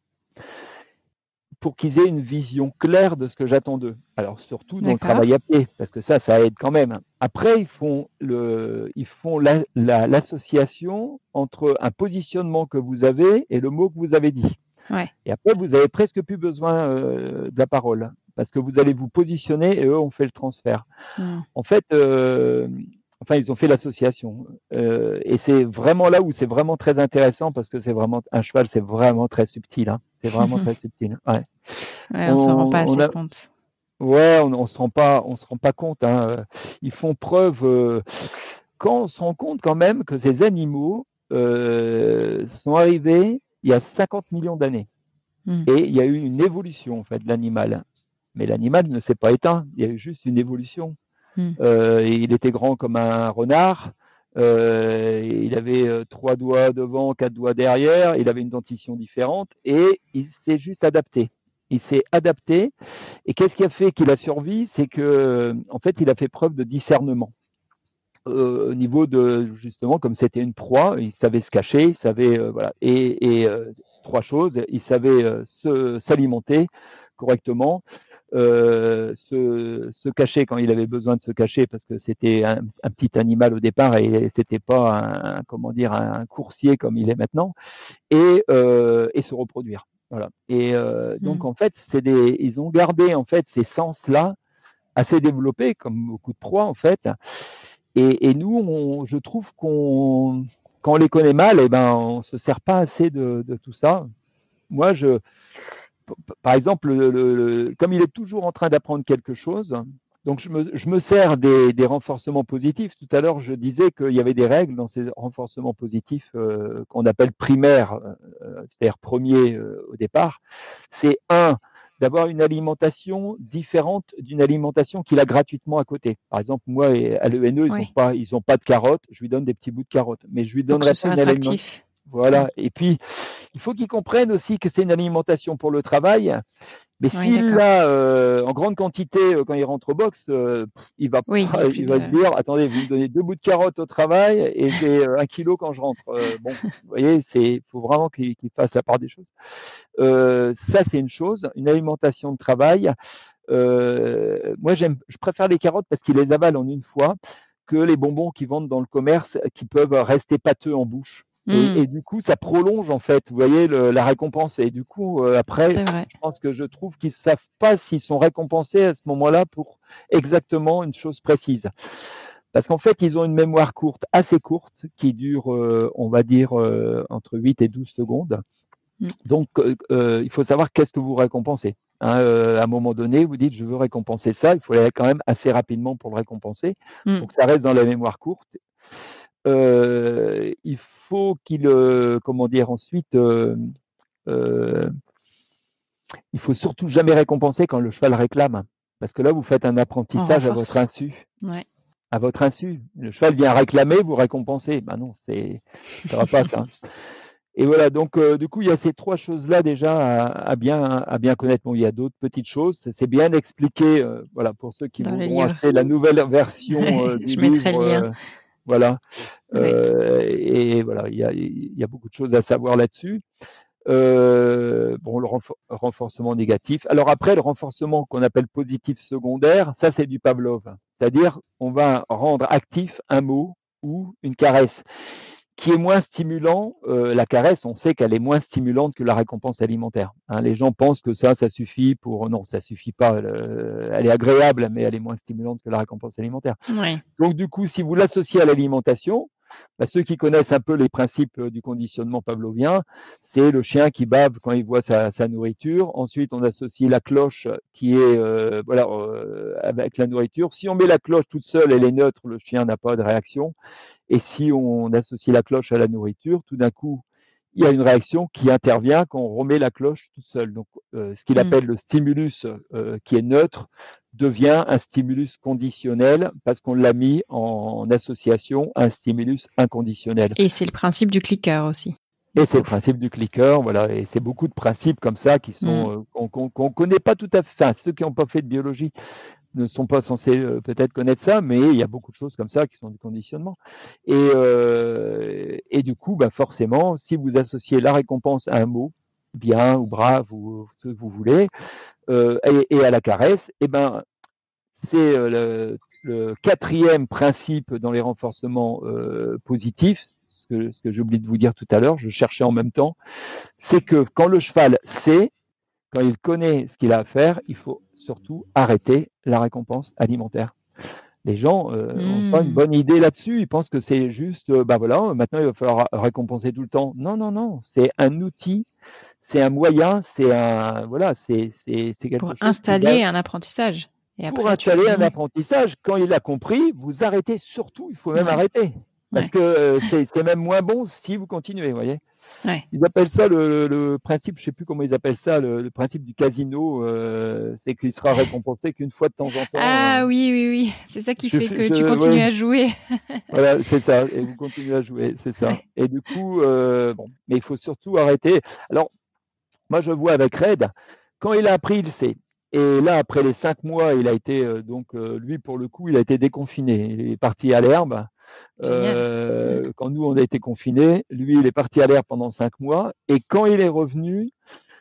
pour qu'ils aient une vision claire de ce que j'attends d'eux. Alors surtout dans le D'accord. travail à pied, parce que ça, ça aide quand même. Après, ils font le, ils font la, la, l'association entre un positionnement que vous avez et le mot que vous avez dit. Ouais. Et après, vous avez presque plus besoin euh, de la parole, parce que vous allez vous positionner et eux ont fait le transfert. Mm. En fait, euh, enfin, ils ont fait l'association. Euh, et c'est vraiment là où c'est vraiment très intéressant, parce que c'est vraiment, un cheval, c'est vraiment très subtil. Hein. C'est vraiment très subtil. Ouais. Ouais, on, on s'en rend pas on assez a, compte. ouais, on, on se rend pas, on se rend pas compte. Hein. Ils font preuve, euh, quand on se rend compte quand même que ces animaux euh, sont arrivés il y a cinquante millions d'années. Mm. Et il y a eu une évolution en fait de l'animal. Mais l'animal ne s'est pas éteint, il y a eu juste une évolution. Mm. Euh, il était grand comme un renard, Euh, il avait euh, trois doigts devant, quatre doigts derrière. Il avait une dentition différente et il s'est juste adapté. Il s'est adapté. Et qu'est-ce qui a fait qu'il a survécu? C'est que, en fait, il a fait preuve de discernement. Euh, au niveau de, justement, comme c'était une proie, il savait se cacher, il savait, euh, voilà. Et, et euh, trois choses, il savait euh, se, s'alimenter correctement, euh, se, se cacher quand il avait besoin de se cacher parce que c'était un, un petit animal au départ et c'était pas un, comment dire, un coursier comme il est maintenant, et, euh, et se reproduire. Voilà. Et euh, donc, Mm. en fait, c'est des, ils ont gardé, en fait, ces sens-là assez développés, comme beaucoup de proies, en fait. Et, et nous, on, je trouve qu'on, quand on les connaît mal, eh ben, on se sert pas assez de, de tout ça. Moi, je, par exemple, le, le, le, comme il est toujours en train d'apprendre quelque chose, donc je me, je me sers des, des renforcements positifs. Tout à l'heure, je disais qu'il y avait des règles dans ces renforcements positifs euh, qu'on appelle primaires, euh, c'est-à-dire premiers euh, au départ. C'est un, d'avoir une alimentation différente d'une alimentation qu'il a gratuitement à côté. Par exemple, moi, à l'E N E, ils n'ont Oui. pas, ils ont pas de carottes. Je lui donne des petits bouts de carottes, mais je lui Pour que donnerai ce pas soit une alimentation. attractif. Voilà. Mm. Et puis, il faut qu'il comprenne aussi que c'est une alimentation pour le travail. Mais Oui, s'il d'accord. l'a euh, en grande quantité euh, quand il rentre au box, euh, il va Oui, il y pas, a plus il va de. se dire, attendez, vous me donnez deux bouts de carottes au travail et j'ai euh, un kilo quand je rentre. Euh, bon, vous voyez, c'est, faut vraiment qu'il, qu'il fasse la part des choses. Euh, ça, c'est une chose, une alimentation de travail. Euh, moi, j'aime, je préfère les carottes parce qu'ils les avalent en une fois que les bonbons qui vendent dans le commerce qui peuvent rester pâteux en bouche. Mm. Et, et du coup, ça prolonge en fait, vous voyez, le, la récompense. Et du coup, euh, après, C'est vrai. je pense que je trouve qu'ils ne savent pas s'ils sont récompensés à ce moment-là pour exactement une chose précise. Parce qu'en fait, ils ont une mémoire courte, assez courte, qui dure, euh, on va dire, euh, entre huit et douze secondes. Mm. Donc, euh, il faut savoir qu'est-ce que vous récompensez. Hein, euh, à un moment donné, vous dites, je veux récompenser ça, il faut aller quand même assez rapidement pour le récompenser. Mm. Donc, ça reste dans la mémoire courte. Euh, il faut qu'il, euh, comment dire, ensuite, euh, euh, il faut surtout jamais récompenser quand le cheval réclame. Parce que là, vous faites un On apprentissage à votre renforce. insu. Ouais. À votre insu. Le cheval vient réclamer, vous récompensez. Ben non, c'est, ça va pas, ça. Et voilà, donc euh, du coup, il y a ces trois choses-là déjà à, à bien à bien connaître. Bon, il y a d'autres petites choses. C'est bien expliqué, euh, voilà, pour ceux qui Dans le voudront livre. acheter la nouvelle version euh, du Je mettrai livre. le lien. Euh, voilà. Ouais. Euh, et voilà, il y a, il y a beaucoup de choses à savoir là-dessus. Euh, bon, le renfor- renforcement négatif. Alors après, le renforcement qu'on appelle positif secondaire, ça c'est du Pavlov. C'est-à-dire, on va rendre actif un mot ou une caresse qui est moins stimulant. Euh, la caresse, on sait qu'elle est moins stimulante que la récompense alimentaire. Hein, les gens pensent que ça, ça suffit pour... Non, ça suffit pas. Euh, elle est agréable, mais elle est moins stimulante que la récompense alimentaire. Ouais. Donc du coup, si vous l'associez à l'alimentation, bah, ceux qui connaissent un peu les principes du conditionnement pavlovien, c'est le chien qui bave quand il voit sa, sa nourriture. Ensuite, on associe la cloche qui est euh, voilà euh, avec la nourriture. Si on met la cloche toute seule, elle est neutre, le chien n'a pas de réaction. Et si on associe la cloche à la nourriture, tout d'un coup, il y a une réaction qui intervient quand on remet la cloche toute seule. Donc, euh, ce qu'il Mm. appelle le stimulus euh, qui est neutre devient un stimulus conditionnel parce qu'on l'a mis en, en association à un stimulus inconditionnel. Et c'est le principe du clicker aussi. Et c'est le principe du clicker, voilà. Et c'est beaucoup de principes comme ça qui sont Mm. euh, qu'on qu'on, qu'on connaît pas tout à fait. Enfin, ceux qui n'ont pas fait de biologie ne sont pas censés euh, peut-être connaître ça, mais il y a beaucoup de choses comme ça qui sont du conditionnement. Et, euh, et du coup, bah forcément, si vous associez la récompense à un mot, bien ou brave ou ce que vous voulez, euh, et, et à la caresse, et ben c'est euh, le, le quatrième principe dans les renforcements euh, positifs, ce que, ce que j'ai oublié de vous dire tout à l'heure, je cherchais en même temps, c'est que quand le cheval sait, quand il connaît ce qu'il a à faire, il faut surtout arrêter la récompense alimentaire. Les gens euh, n'ont Mm. pas une bonne idée là-dessus. Ils pensent que c'est juste, euh, bah voilà, maintenant il va falloir récompenser tout le temps. Non, non, non. C'est un outil, c'est un moyen, c'est un, voilà, c'est, c'est, c'est quelque Pour chose installer qui va, un apprentissage. Et pour après, tu installer un diminues. apprentissage. Quand il a compris, vous arrêtez surtout. Il faut même Ouais. arrêter parce Ouais. que euh, c'est, c'est même moins bon si vous continuez, vous voyez. Ouais. Ils appellent ça le, le principe, je sais plus comment ils appellent ça, le, le principe du casino, euh, c'est qu'il sera récompensé qu'une fois de temps en temps. Ah Euh, oui, oui, oui. C'est ça qui je, fait fais- que tu je, continues ouais, à jouer. voilà, c'est ça. Et vous continuez à jouer, c'est ça. Ouais. Et du coup, euh, bon, mais il faut surtout arrêter. Alors, moi, je vois avec Red, quand il a appris, il sait. Et là, après les cinq mois, il a été euh, donc euh, lui pour le coup, il a été déconfiné. Il est parti à l'herbe. Génial. Euh, quand nous on a été confinés, lui il est parti à l'herbe pendant cinq mois. Et quand il est revenu,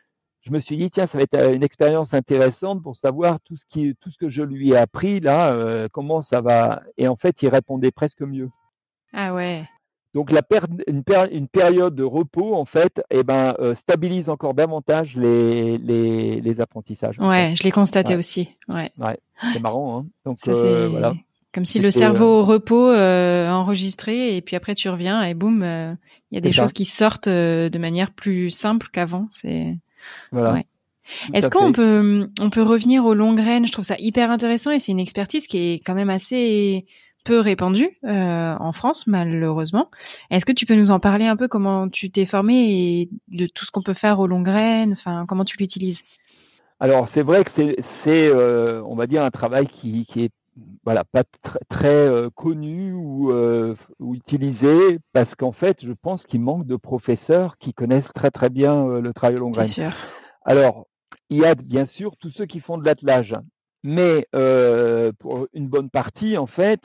je me suis dit tiens, ça va être euh, une expérience intéressante pour savoir tout ce qui, tout ce que je lui ai appris là, euh, comment ça va. Et en fait, il répondait presque mieux. Ah ouais. Donc la per- une, per- une période de repos en fait, eh ben euh, stabilise encore davantage les, les, les apprentissages en fait. Ouais, je l'ai constaté Ouais, aussi. Ouais. ouais, c'est marrant. Hein. Donc Ça, euh, voilà, c'est comme si le c'était cerveau euh, au repos euh, enregistré et puis après tu reviens et boum, euh, il y a des c'est choses ça. qui sortent euh, de manière plus simple qu'avant. C'est Voilà, ouais. tout Est-ce à qu'on fait. peut on peut revenir aux longues graines? Je trouve ça hyper intéressant et c'est une expertise qui est quand même assez peu répandue euh, en France malheureusement. Est-ce que tu peux nous en parler un peu comment tu t'es formé et de tout ce qu'on peut faire aux longues graines, enfin comment tu l'utilises? Alors c'est vrai que c'est, c'est euh, on va dire un travail qui, qui est voilà pas tr- très euh, connu ou, euh, ou utilisé parce qu'en fait je pense qu'il manque de professeurs qui connaissent très très bien euh, le travail aux longues C'est graines. sûr. Alors, il y a bien sûr tous ceux qui font de l'attelage, mais euh, pour une bonne partie, en fait,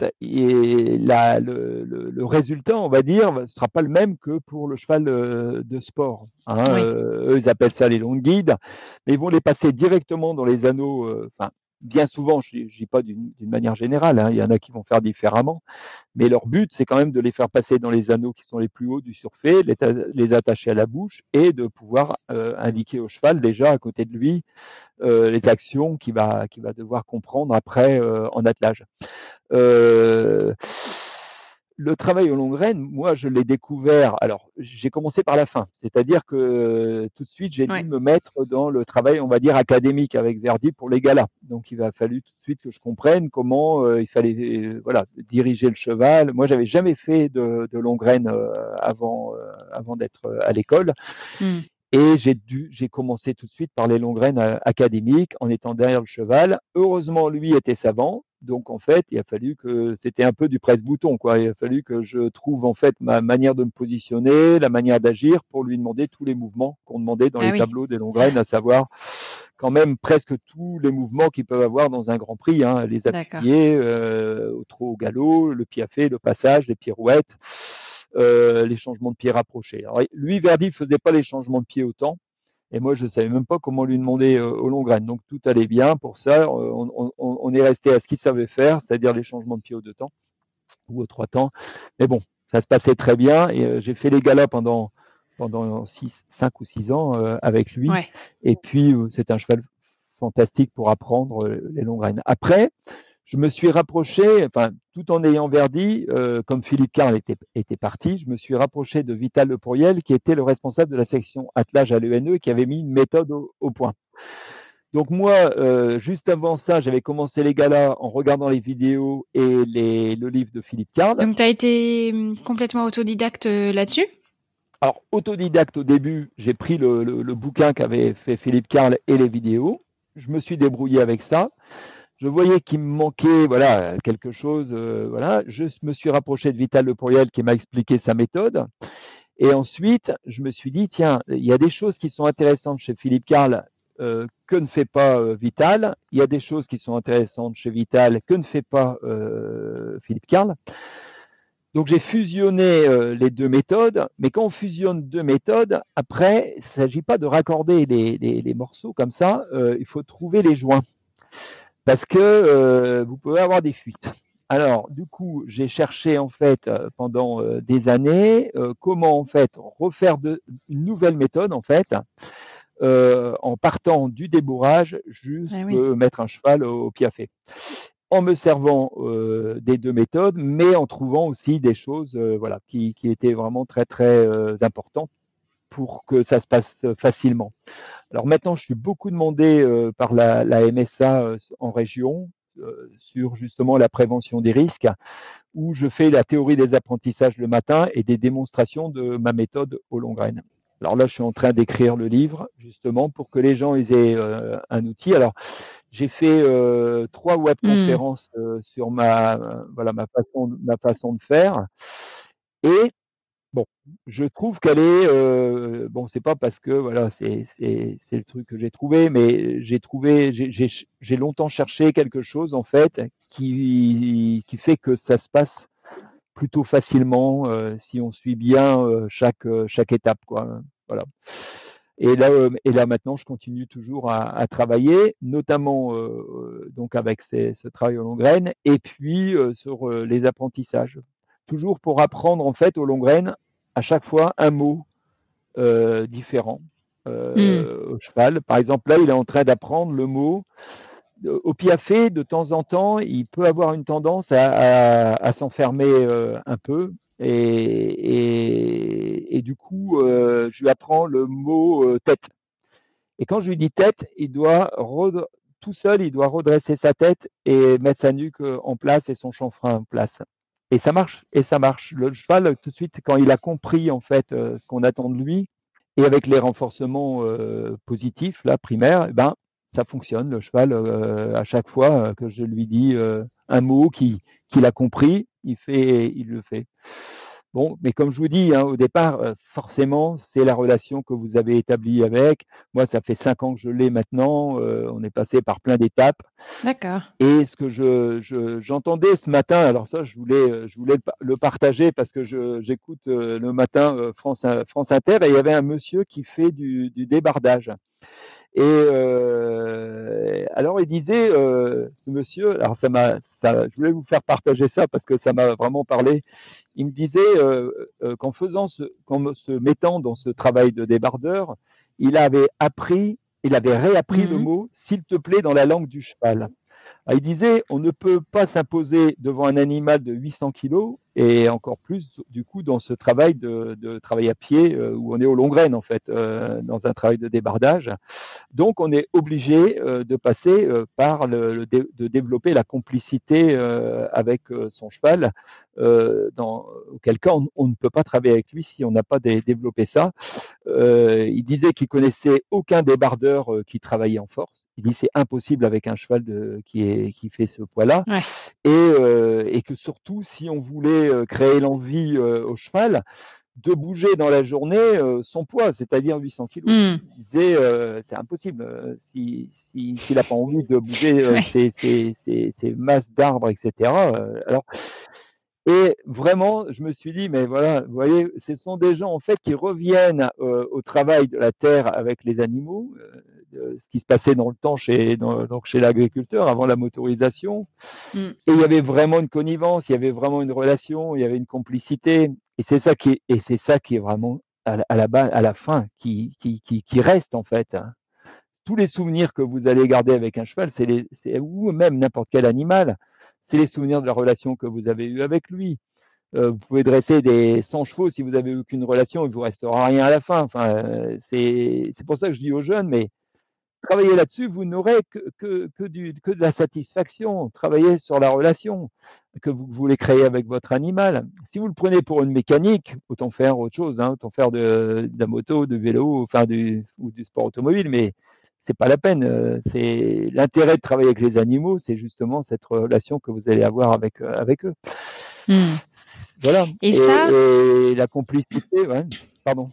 et la, le, le, le résultat, on va dire, ne sera pas le même que pour le cheval euh, de sport. Hein. Oui. Euh, eux, ils appellent ça les longues guides, mais ils vont les passer directement dans les anneaux. euh, Enfin, bien souvent, je ne dis pas d'une d'une manière générale, hein, il y en a qui vont faire différemment, mais leur but, c'est quand même de les faire passer dans les anneaux qui sont les plus hauts du surfait, les, les attacher à la bouche et de pouvoir euh, indiquer au cheval déjà à côté de lui euh, les actions qu'il va, qu'il va devoir comprendre après euh, en attelage. Euh, le travail aux longues graines, moi, je l'ai découvert. Alors, j'ai commencé par la fin, c'est-à-dire que euh, tout de suite, j'ai dû Ouais. me mettre dans le travail, on va dire, académique avec Verdi pour les galas. Donc, il a fallu tout de suite que je comprenne comment euh, il fallait, euh, voilà, diriger le cheval. Moi, j'avais jamais fait de, de longues graines euh, avant, euh, avant d'être euh, à l'école. Mm. Et j'ai dû, j'ai commencé tout de suite par les longues graines euh, académiques en étant derrière le cheval. Heureusement, lui était savant. Donc, en fait, il a fallu que c'était un peu du presse-bouton, quoi. Il a fallu que je trouve, en fait, ma manière de me positionner, la manière d'agir pour lui demander tous les mouvements qu'on demandait dans Ah les oui. tableaux des longues graines, à savoir quand même presque tous les mouvements qu'ils peuvent avoir dans un Grand Prix, hein, les D'accord. appuyés, euh, au trot au galop, le piaffe, le passage, les pirouettes, euh, les changements de pied rapprochés. Alors, lui, Verdi, faisait pas les changements de pied autant. Et moi, je ne savais même pas comment lui demander euh, aux longues graines. Donc, tout allait bien. Pour ça, euh, on, on, on est resté à ce qu'il savait faire, c'est-à-dire les changements de pied aux deux temps ou aux trois temps. Mais bon, ça se passait très bien. Et euh, j'ai fait les galas pendant, pendant six, cinq ou six ans euh, avec lui. Ouais. Et puis, euh, c'est un cheval fantastique pour apprendre euh, les longues graines. Après, je me suis rapproché, enfin, tout en ayant Verdi, euh, comme Philippe Carle était, était parti, je me suis rapproché de Vital Le Pourriel, qui était le responsable de la section attelage à l'E N E et qui avait mis une méthode au, au point. Donc moi, euh, juste avant ça, j'avais commencé les galas en regardant les vidéos et les, le livre de Philippe Carle. Donc, tu as été hum, complètement autodidacte euh, là-dessus? Alors, autodidacte au début, j'ai pris le, le, le bouquin qu'avait fait Philippe Carle et les vidéos. Je me suis débrouillé avec ça. Je voyais qu'il me manquait, voilà, quelque chose, euh, voilà. Je me suis rapproché de Vital Le Pourriel qui m'a expliqué sa méthode. Et ensuite, je me suis dit, tiens, il y a des choses qui sont intéressantes chez Philippe Carle euh, que ne fait pas euh, Vital. Il y a des choses qui sont intéressantes chez Vital que ne fait pas euh, Philippe Carle. Donc j'ai fusionné euh, les deux méthodes, mais quand on fusionne deux méthodes, après, il ne s'agit pas de raccorder les, les, les morceaux comme ça, euh, il faut trouver les joints. Parce que euh, vous pouvez avoir des fuites. Alors, du coup, j'ai cherché en fait euh, pendant euh, des années euh, comment en fait refaire de, une nouvelle méthode en fait euh, en partant du débourrage jusqu'à Ah oui. mettre un cheval au, au piaffe, en me servant euh, des deux méthodes, mais en trouvant aussi des choses euh, voilà qui, qui étaient vraiment très très euh, importantes pour que ça se passe facilement. Alors maintenant, je suis beaucoup demandé euh, par la, la M S A euh, en région euh, sur justement la prévention des risques, où je fais la théorie des apprentissages le matin et des démonstrations de ma méthode aux longues graines. Alors là, je suis en train d'écrire le livre, justement, pour que les gens ils aient euh, un outil. Alors, j'ai fait euh, trois webconférences euh, sur ma, euh, voilà, ma façon, ma façon de faire. Et bon, je trouve qu'elle est, euh, bon, c'est pas parce que, voilà, c'est, c'est, c'est le truc que j'ai trouvé, mais j'ai trouvé, j'ai, j'ai, j'ai longtemps cherché quelque chose, en fait, qui, qui fait que ça se passe plutôt facilement euh, si on suit bien euh, chaque euh, chaque étape, quoi. Voilà. Et là euh, et là maintenant, je continue toujours à, à travailler, notamment euh, donc avec ces, ce travail aux longues graines, et puis euh, sur euh, les apprentissages. Toujours pour apprendre en fait aux longues graines à chaque fois un mot euh, différent Mm. euh, au cheval. Par exemple, là, il est en train d'apprendre le mot au piafé. De temps en temps, il peut avoir une tendance à, à, à s'enfermer euh, un peu. Et, et, et du coup, euh, je lui apprends le mot euh, tête. Et quand je lui dis tête, il doit red- tout seul, il doit redresser sa tête et mettre sa nuque en place et son chanfrein en place. Et ça marche, et ça marche. Le cheval, tout de suite, quand il a compris en fait euh, ce qu'on attend de lui, et avec les renforcements euh, positifs, là, primaires, eh ben, ça fonctionne. Le cheval, euh, à chaque fois euh, que je lui dis euh, un mot qui, qu'il a compris, il fait, il le fait. Bon, mais comme je vous dis, hein, au départ, euh, forcément, c'est la relation que vous avez établie avec. Moi, ça fait cinq ans que je l'ai maintenant. Euh, on est passé par plein d'étapes. D'accord. Et ce que je, je, j'entendais ce matin, alors ça, je voulais, je voulais le partager parce que je, j'écoute euh, le matin euh, France, France Inter, et il y avait un monsieur qui fait du, du débardage. Et euh, alors il disait, euh, ce monsieur, alors ça m'a, ça, je voulais vous faire partager ça parce que ça m'a vraiment parlé. Il me disait euh, euh, qu'en faisant ce, qu'en se mettant dans ce travail de débardeur, il avait appris, il avait réappris le Mhm. mot s'il te plaît dans la langue du cheval. Alors, il disait, on ne peut pas s'imposer devant un animal de huit cents kilos et encore plus du coup dans ce travail de, de travail à pied euh, où on est aux longues graines en fait, euh, dans un travail de débardage. Donc, on est obligé euh, de passer euh, par le, le dé, de développer la complicité euh, avec euh, son cheval. Euh, dans auquel cas, on, on ne peut pas travailler avec lui si on n'a pas dé, développé ça. Euh, il disait qu'il connaissait aucun débardeur euh, qui travaillait en force. Il dit c'est impossible avec un cheval de, qui, est, qui fait ce poids-là. Ouais. Et, euh, et que surtout, si on voulait euh, créer l'envie euh, au cheval, de bouger dans la journée euh, son poids, c'est-à-dire huit cents kilos. Mm. Il disait, euh, c'est impossible. Euh, si, si, s'il n'a pas envie de bouger euh, Ouais. ses, ses, ses, ses masses d'arbres, et cetera. Euh, alors, et vraiment, je me suis dit, mais voilà, vous voyez, ce sont des gens en fait qui reviennent euh, au travail de la terre avec les animaux, euh, de ce qui se passait dans le temps chez, dans, donc chez l'agriculteur avant la motorisation. Mm. Et il y avait vraiment une connivence, il y avait vraiment une relation, il y avait une complicité. Et c'est ça qui est, et c'est ça qui est vraiment à la, à la base, à la fin, qui, qui, qui, qui reste en fait. Tous les souvenirs que vous allez garder avec un cheval, c'est les, c'est, ou même n'importe quel animal, c'est les souvenirs de la relation que vous avez eue avec lui. Euh, vous pouvez dresser des cent chevaux si vous n'avez aucune relation, il vous restera rien à la fin. Enfin, euh, c'est, c'est pour ça que je dis aux jeunes, mais travaillez là-dessus, vous n'aurez que, que, que, du, que de la satisfaction. Travaillez sur la relation que vous voulez créer avec votre animal. Si vous le prenez pour une mécanique, autant faire autre chose, hein, autant faire de, de la moto, du vélo, enfin du, ou du sport automobile, mais c'est pas la peine. C'est l'intérêt de travailler avec les animaux, c'est justement cette relation que vous allez avoir avec avec eux. Mm. Voilà. Et, Et, ça, et la complicité, ouais. Pardon.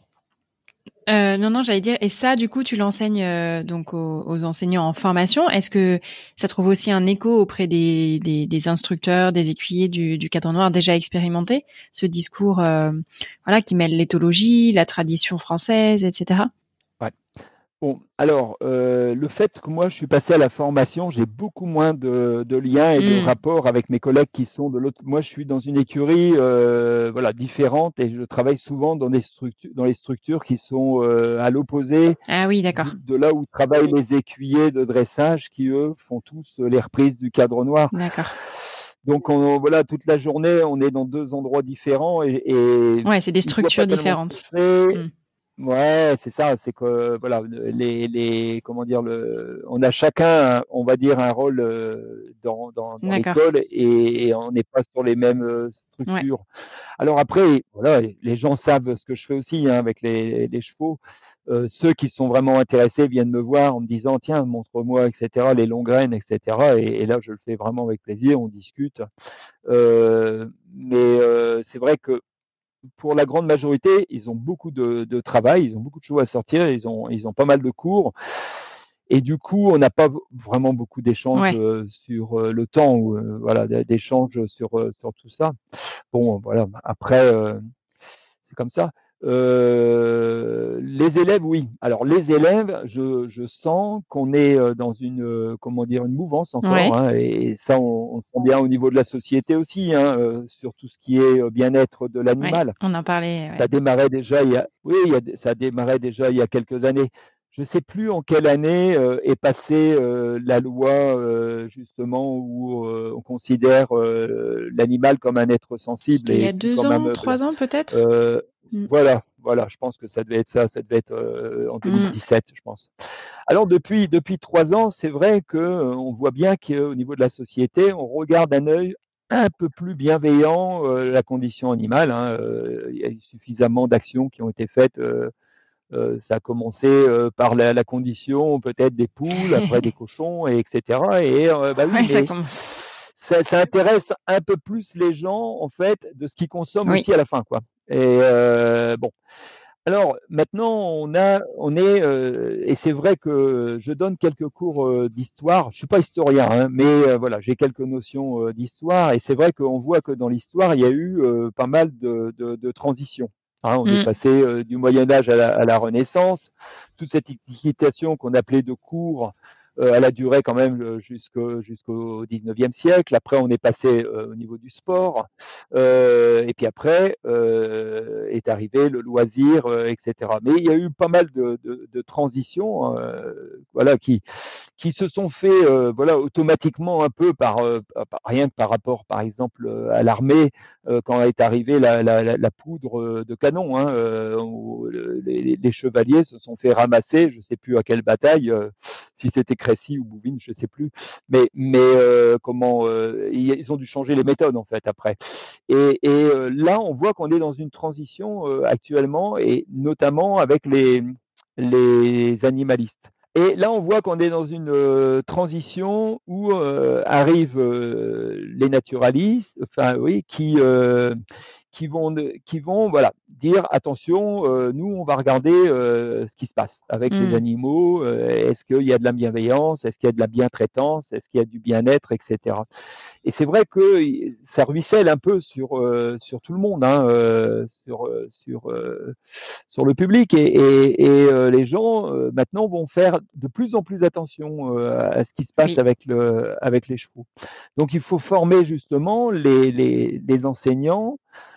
euh, non, non, j'allais dire, et ça, du coup, tu l'enseignes euh, donc aux, aux enseignants en formation. Est-ce que ça trouve aussi un écho auprès des, des, des instructeurs, des écuyers du, du cadre noir déjà expérimentés, ce discours, euh, voilà, qui mêle l'éthologie, la tradition française, et cetera. Ouais. Bon, alors, euh, le fait que moi je suis passé à la formation, j'ai beaucoup moins de, de liens et de Mm. rapports avec mes collègues qui sont de l'autre. Moi, je suis dans une écurie, euh, voilà, différente, et je travaille souvent dans des structures, dans les structures qui sont euh, à l'opposé Ah oui, d'accord. de là où travaillent les écuyers de dressage, qui eux font tous les reprises du cadre noir. D'accord. Donc, on, voilà, toute la journée, on est dans deux endroits différents et, et Ouais, c'est des ils ne voient pas structures tellement ce que différentes. je fais. Mm. Ouais, c'est ça, c'est que voilà, les les comment dire le on a chacun, on va dire un rôle euh, dans dans dans D'accord. l'école et, et on n'est pas sur les mêmes euh, Ouais. structures. Alors après, voilà, les gens savent ce que je fais aussi hein, avec les les chevaux. Heu, ceux qui sont vraiment intéressés viennent me voir en me disant: «Tiens, montre-moi et cetera, les longs graines et cetera» et et là, je le fais vraiment avec plaisir, on discute. Heu, mais heu, c'est vrai que pour la grande majorité, ils ont beaucoup de de travail, ils ont beaucoup de choses à sortir, ils ont ils ont pas mal de cours et du coup, on n'a pas v vraiment beaucoup d'échanges, Ouais. heu, sur, heu, le temps ou, heu, voilà, d'é d'échanges sur, heu, sur tout ça. Bon, voilà, après, heu, c'est comme ça. Heu, les élèves, oui. Alors les élèves, je je sens qu'on est, heu, dans une, heu, comment dire? Une mouvance encore, Ouais. hein et ça on on le sent bien au niveau de la société aussi, hein, heu, sur tout ce qui est, heu, bien-être de Ouais. l'animal. On en parlait, Ça ouais. démarrait déjà il y a oui, il y a des ça démarrait déjà il y a quelques années. Je ne sais plus en quelle année, heu, est passée, heu, la loi, heu, justement où, heu, on considère, heu, l'animal comme un être sensible C'était il y et a plus deux comme un ans, meuble. trois ans peut-être? Heu, Mmh. voilà, voilà, je pense que ça devait être ça, ça devait être, heu, en Mmh. deux mille dix-sept, je pense. Alors depuis depuis trois ans, c'est vrai que, heu, on voit bien qu'au niveau de la société, on regarde d'un œil un peu plus bienveillant, heu, la condition animale, hein, heu, il y a eu suffisamment d'actions qui ont été faites, heu heu, ça a commencé, heu, par la la condition peut-être des poules, après des cochons et cetera et heu, bah, oui, Ouais, ça mais commence. ça ça intéresse un peu plus les gens, en fait, de ce qu'ils consomment Oui. aussi à la fin, quoi et heu, bon. Alors maintenant, on a on est, heu et c'est vrai que je donne quelques cours, heu, d'histoire. Je suis pas historien, hein, mais heu, voilà, j'ai quelques notions, heu, d'histoire et c'est vrai qu'on voit que dans l'histoire, il y a eu, heu, pas mal de de de transitions, hein. On est Mmh. passé, heu, du Moyen Âge à la à la Renaissance. Toute cette équitation qu'on appelait de cours, heu, elle a duré quand même, heu, jusqu'au jusqu'au dix-neuvième siècle. Après, on est passé, heu, au niveau du sport. Heu et puis après, heu, est arrivé le loisir, heu et cetera. Mais il y a eu pas mal de de de transitions, heu, voilà, qui qui se sont faits, heu, voilà, automatiquement un peu par, heu, pa pa rien que par rapport, par exemple, heu, à l'armée, heu, quand est arrivée la la la la poudre, heu, de canon, hein, heu, où le les les chevaliers se sont fait ramasser, je ne sais plus à quelle bataille, heu, si c'était Crécy ou Bouvines, je ne sais plus. Mais mais heu, comment, heu, ils ils ont dû changer les méthodes, en fait, après. Et et heu, là, on voit qu'on est dans une transition, heu, actuellement et notamment avec les les animalistes. Et là, on voit qu'on est dans une, heu, transition où, heu, arrivent, heu, les naturalistes, enfin oui, qui, heu, qui vont ne qui vont, voilà, dire: «Attention, heu, nous, on va regarder, heu, ce qui se passe avec les Mmh. animaux, heu, est-ce qu'il y a de la bienveillance? Est-ce qu'il y a de la bientraitance? Est-ce qu'il y a du bien-être?» et cetera. Et c'est vrai que i ça ruisselle un peu sur, heu, sur tout le monde, hein, heu, sur, heu, sur, heu, sur le public et et et heu, les gens, heu, maintenant vont faire de plus en plus attention, heu, à ce qui se passe Oui. avec le avec les chevaux. Donc il faut former justement les les les enseignants,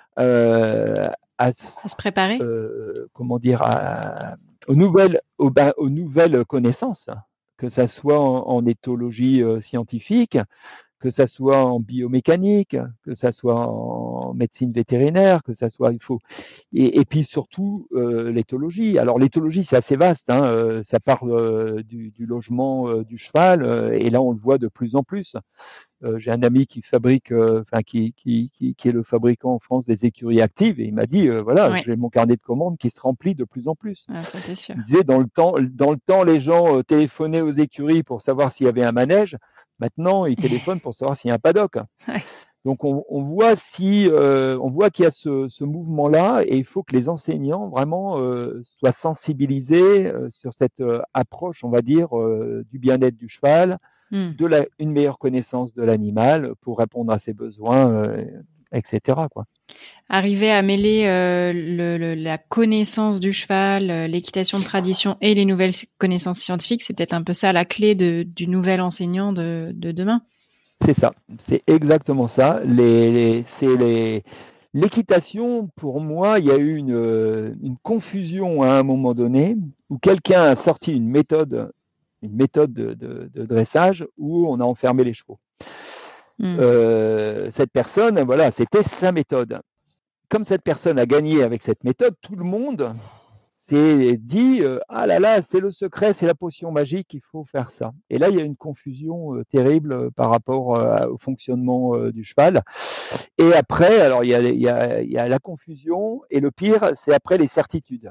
heu, à s À se préparer? heu, comment dire? À aux nouvelles aux bah, aux nouvelles connaissances, que ça soit en en éthologie, heu, scientifique, que ça soit en biomécanique, que ça soit en médecine vétérinaire, que ça soit il faut et et puis surtout, heu, l'éthologie. Alors l'éthologie, c'est assez vaste, hein, heu, ça parle, heu, du du logement, heu, du cheval, heu et là, on le voit de plus en plus. Heu, j'ai un ami qui fabrique, heu, enfin qui qui qui qui est le fabricant en France des écuries actives et il m'a dit, heu: «Voilà, Ouais. j'ai mon carnet de commandes qui se remplit de plus en plus». Ah ça, c'est sûr. Il disait dans le temps dans le temps, les gens, heu, téléphonaient aux écuries pour savoir s'il y avait un manège. Maintenant, ils téléphonent pour savoir s'il y a un paddock. Ouais. Donc on on voit si, heu, on voit qu'il y a ce ce mouvement-là et il faut que les enseignants vraiment, heu, soient sensibilisés, heu, sur cette, heu, approche, on va dire, heu, du bien-être du cheval, Mmh. de la une meilleure connaissance de l'animal pour répondre à ses besoins, heu et cetera, quoi. Arriver à mêler, heu, le le la connaissance du cheval, heu, l'équitation de tradition et les nouvelles s connaissances scientifiques, c'est peut-être un peu ça la clé de du nouvel enseignant de de demain? C'est ça, c'est exactement ça. Les les c'est les l'équitation, pour moi, il y a eu une, heu, une confusion à un moment donné où quelqu'un a sorti une méthode une méthode de de de dressage où on a enfermé les chevaux. Mmh. Heu, cette personne, voilà, c'était sa méthode. Comme cette personne a gagné avec cette méthode, tout le monde c'est dit euh, ah là là, c'est le secret, c'est la potion magique, il faut faire ça. Et là, il y a une confusion euh, terrible euh, par rapport euh, au fonctionnement euh, du cheval. Et après, alors il y a, il y a, il y a la confusion, et le pire, c'est après les certitudes.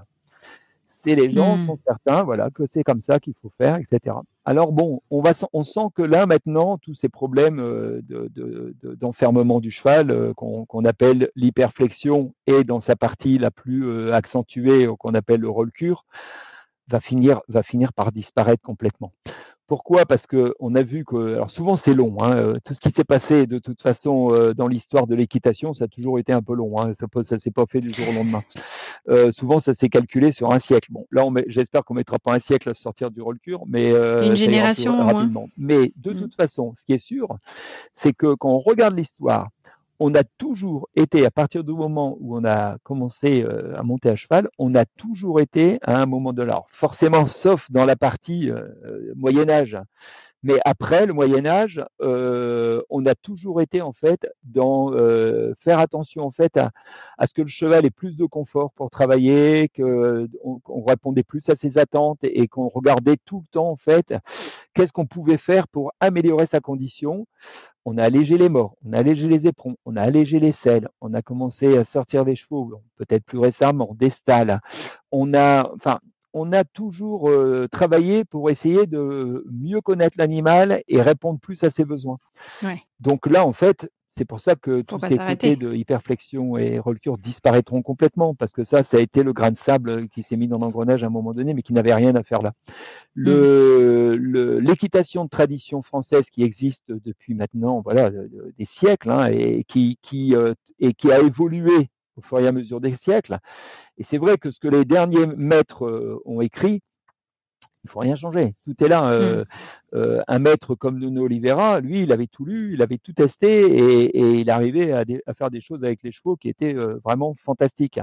C'est les gens Hmm. sont certains, voilà, que c'est comme ça qu'il faut faire, et cetera. Alors bon, on va, on sent que là maintenant, tous ces problèmes euh, de, de, de, d'enfermement du cheval euh, qu'on, qu'on appelle l'hyperflexion, et dans sa partie la plus euh, accentuée euh, qu'on appelle le roll-cure, va finir, va finir par disparaître complètement. Pourquoi? Parce que on a vu que, alors souvent c'est long, hein, euh, tout ce qui s'est passé de toute façon euh, dans l'histoire de l'équitation, ça a toujours été un peu long, hein, ça ne s'est pas fait du jour au lendemain. Euh, souvent ça s'est calculé sur un siècle. Bon, là on met, j'espère qu'on mettra pas un siècle à sortir du roll-cure, mais euh, Une ça ira plus génération au moins. rapidement. Mais de Hmm. toute façon, ce qui est sûr, c'est que quand on regarde l'histoire, on a toujours été, à partir du moment où on a commencé euh, à monter à cheval, on a toujours été à un moment de l'art. Forcément, sauf dans la partie euh, Moyen Âge. Mais après le Moyen Âge, euh, on a toujours été en fait dans euh, faire attention en fait à, à ce que le cheval ait plus de confort pour travailler, qu'on qu'on répondait plus à ses attentes, et, et qu'on regardait tout le temps en fait qu'est-ce qu'on pouvait faire pour améliorer sa condition. On a allégé les morts, on a allégé les éperons, on a allégé les selles, on a commencé à sortir des chevaux, peut-être plus récemment, des stalles. On a, enfin, on a toujours euh, travaillé pour essayer de mieux connaître l'animal et répondre plus à ses besoins. Ouais. Donc là, en fait, c'est pour ça que Faut tous pas ces s'arrêter. côtés de hyperflexion et roll-cure disparaîtront complètement, parce que ça, ça a été le grain de sable qui s'est mis dans l'engrenage à un moment donné, mais qui n'avait rien à faire là. Hmm. Le, le, l'équitation de tradition française qui existe depuis maintenant, voilà, des siècles, hein, et qui, qui, euh, et qui a évolué au fur et à mesure des siècles. Et c'est vrai que ce que les derniers maîtres euh, ont écrit, il ne faut rien changer. Tout est là. Euh, Hmm. euh, un maître comme Nuno Oliveira, lui, il avait tout lu, il avait tout testé, et, et il arrivait à, des, à faire des choses avec les chevaux qui étaient euh, vraiment fantastiques.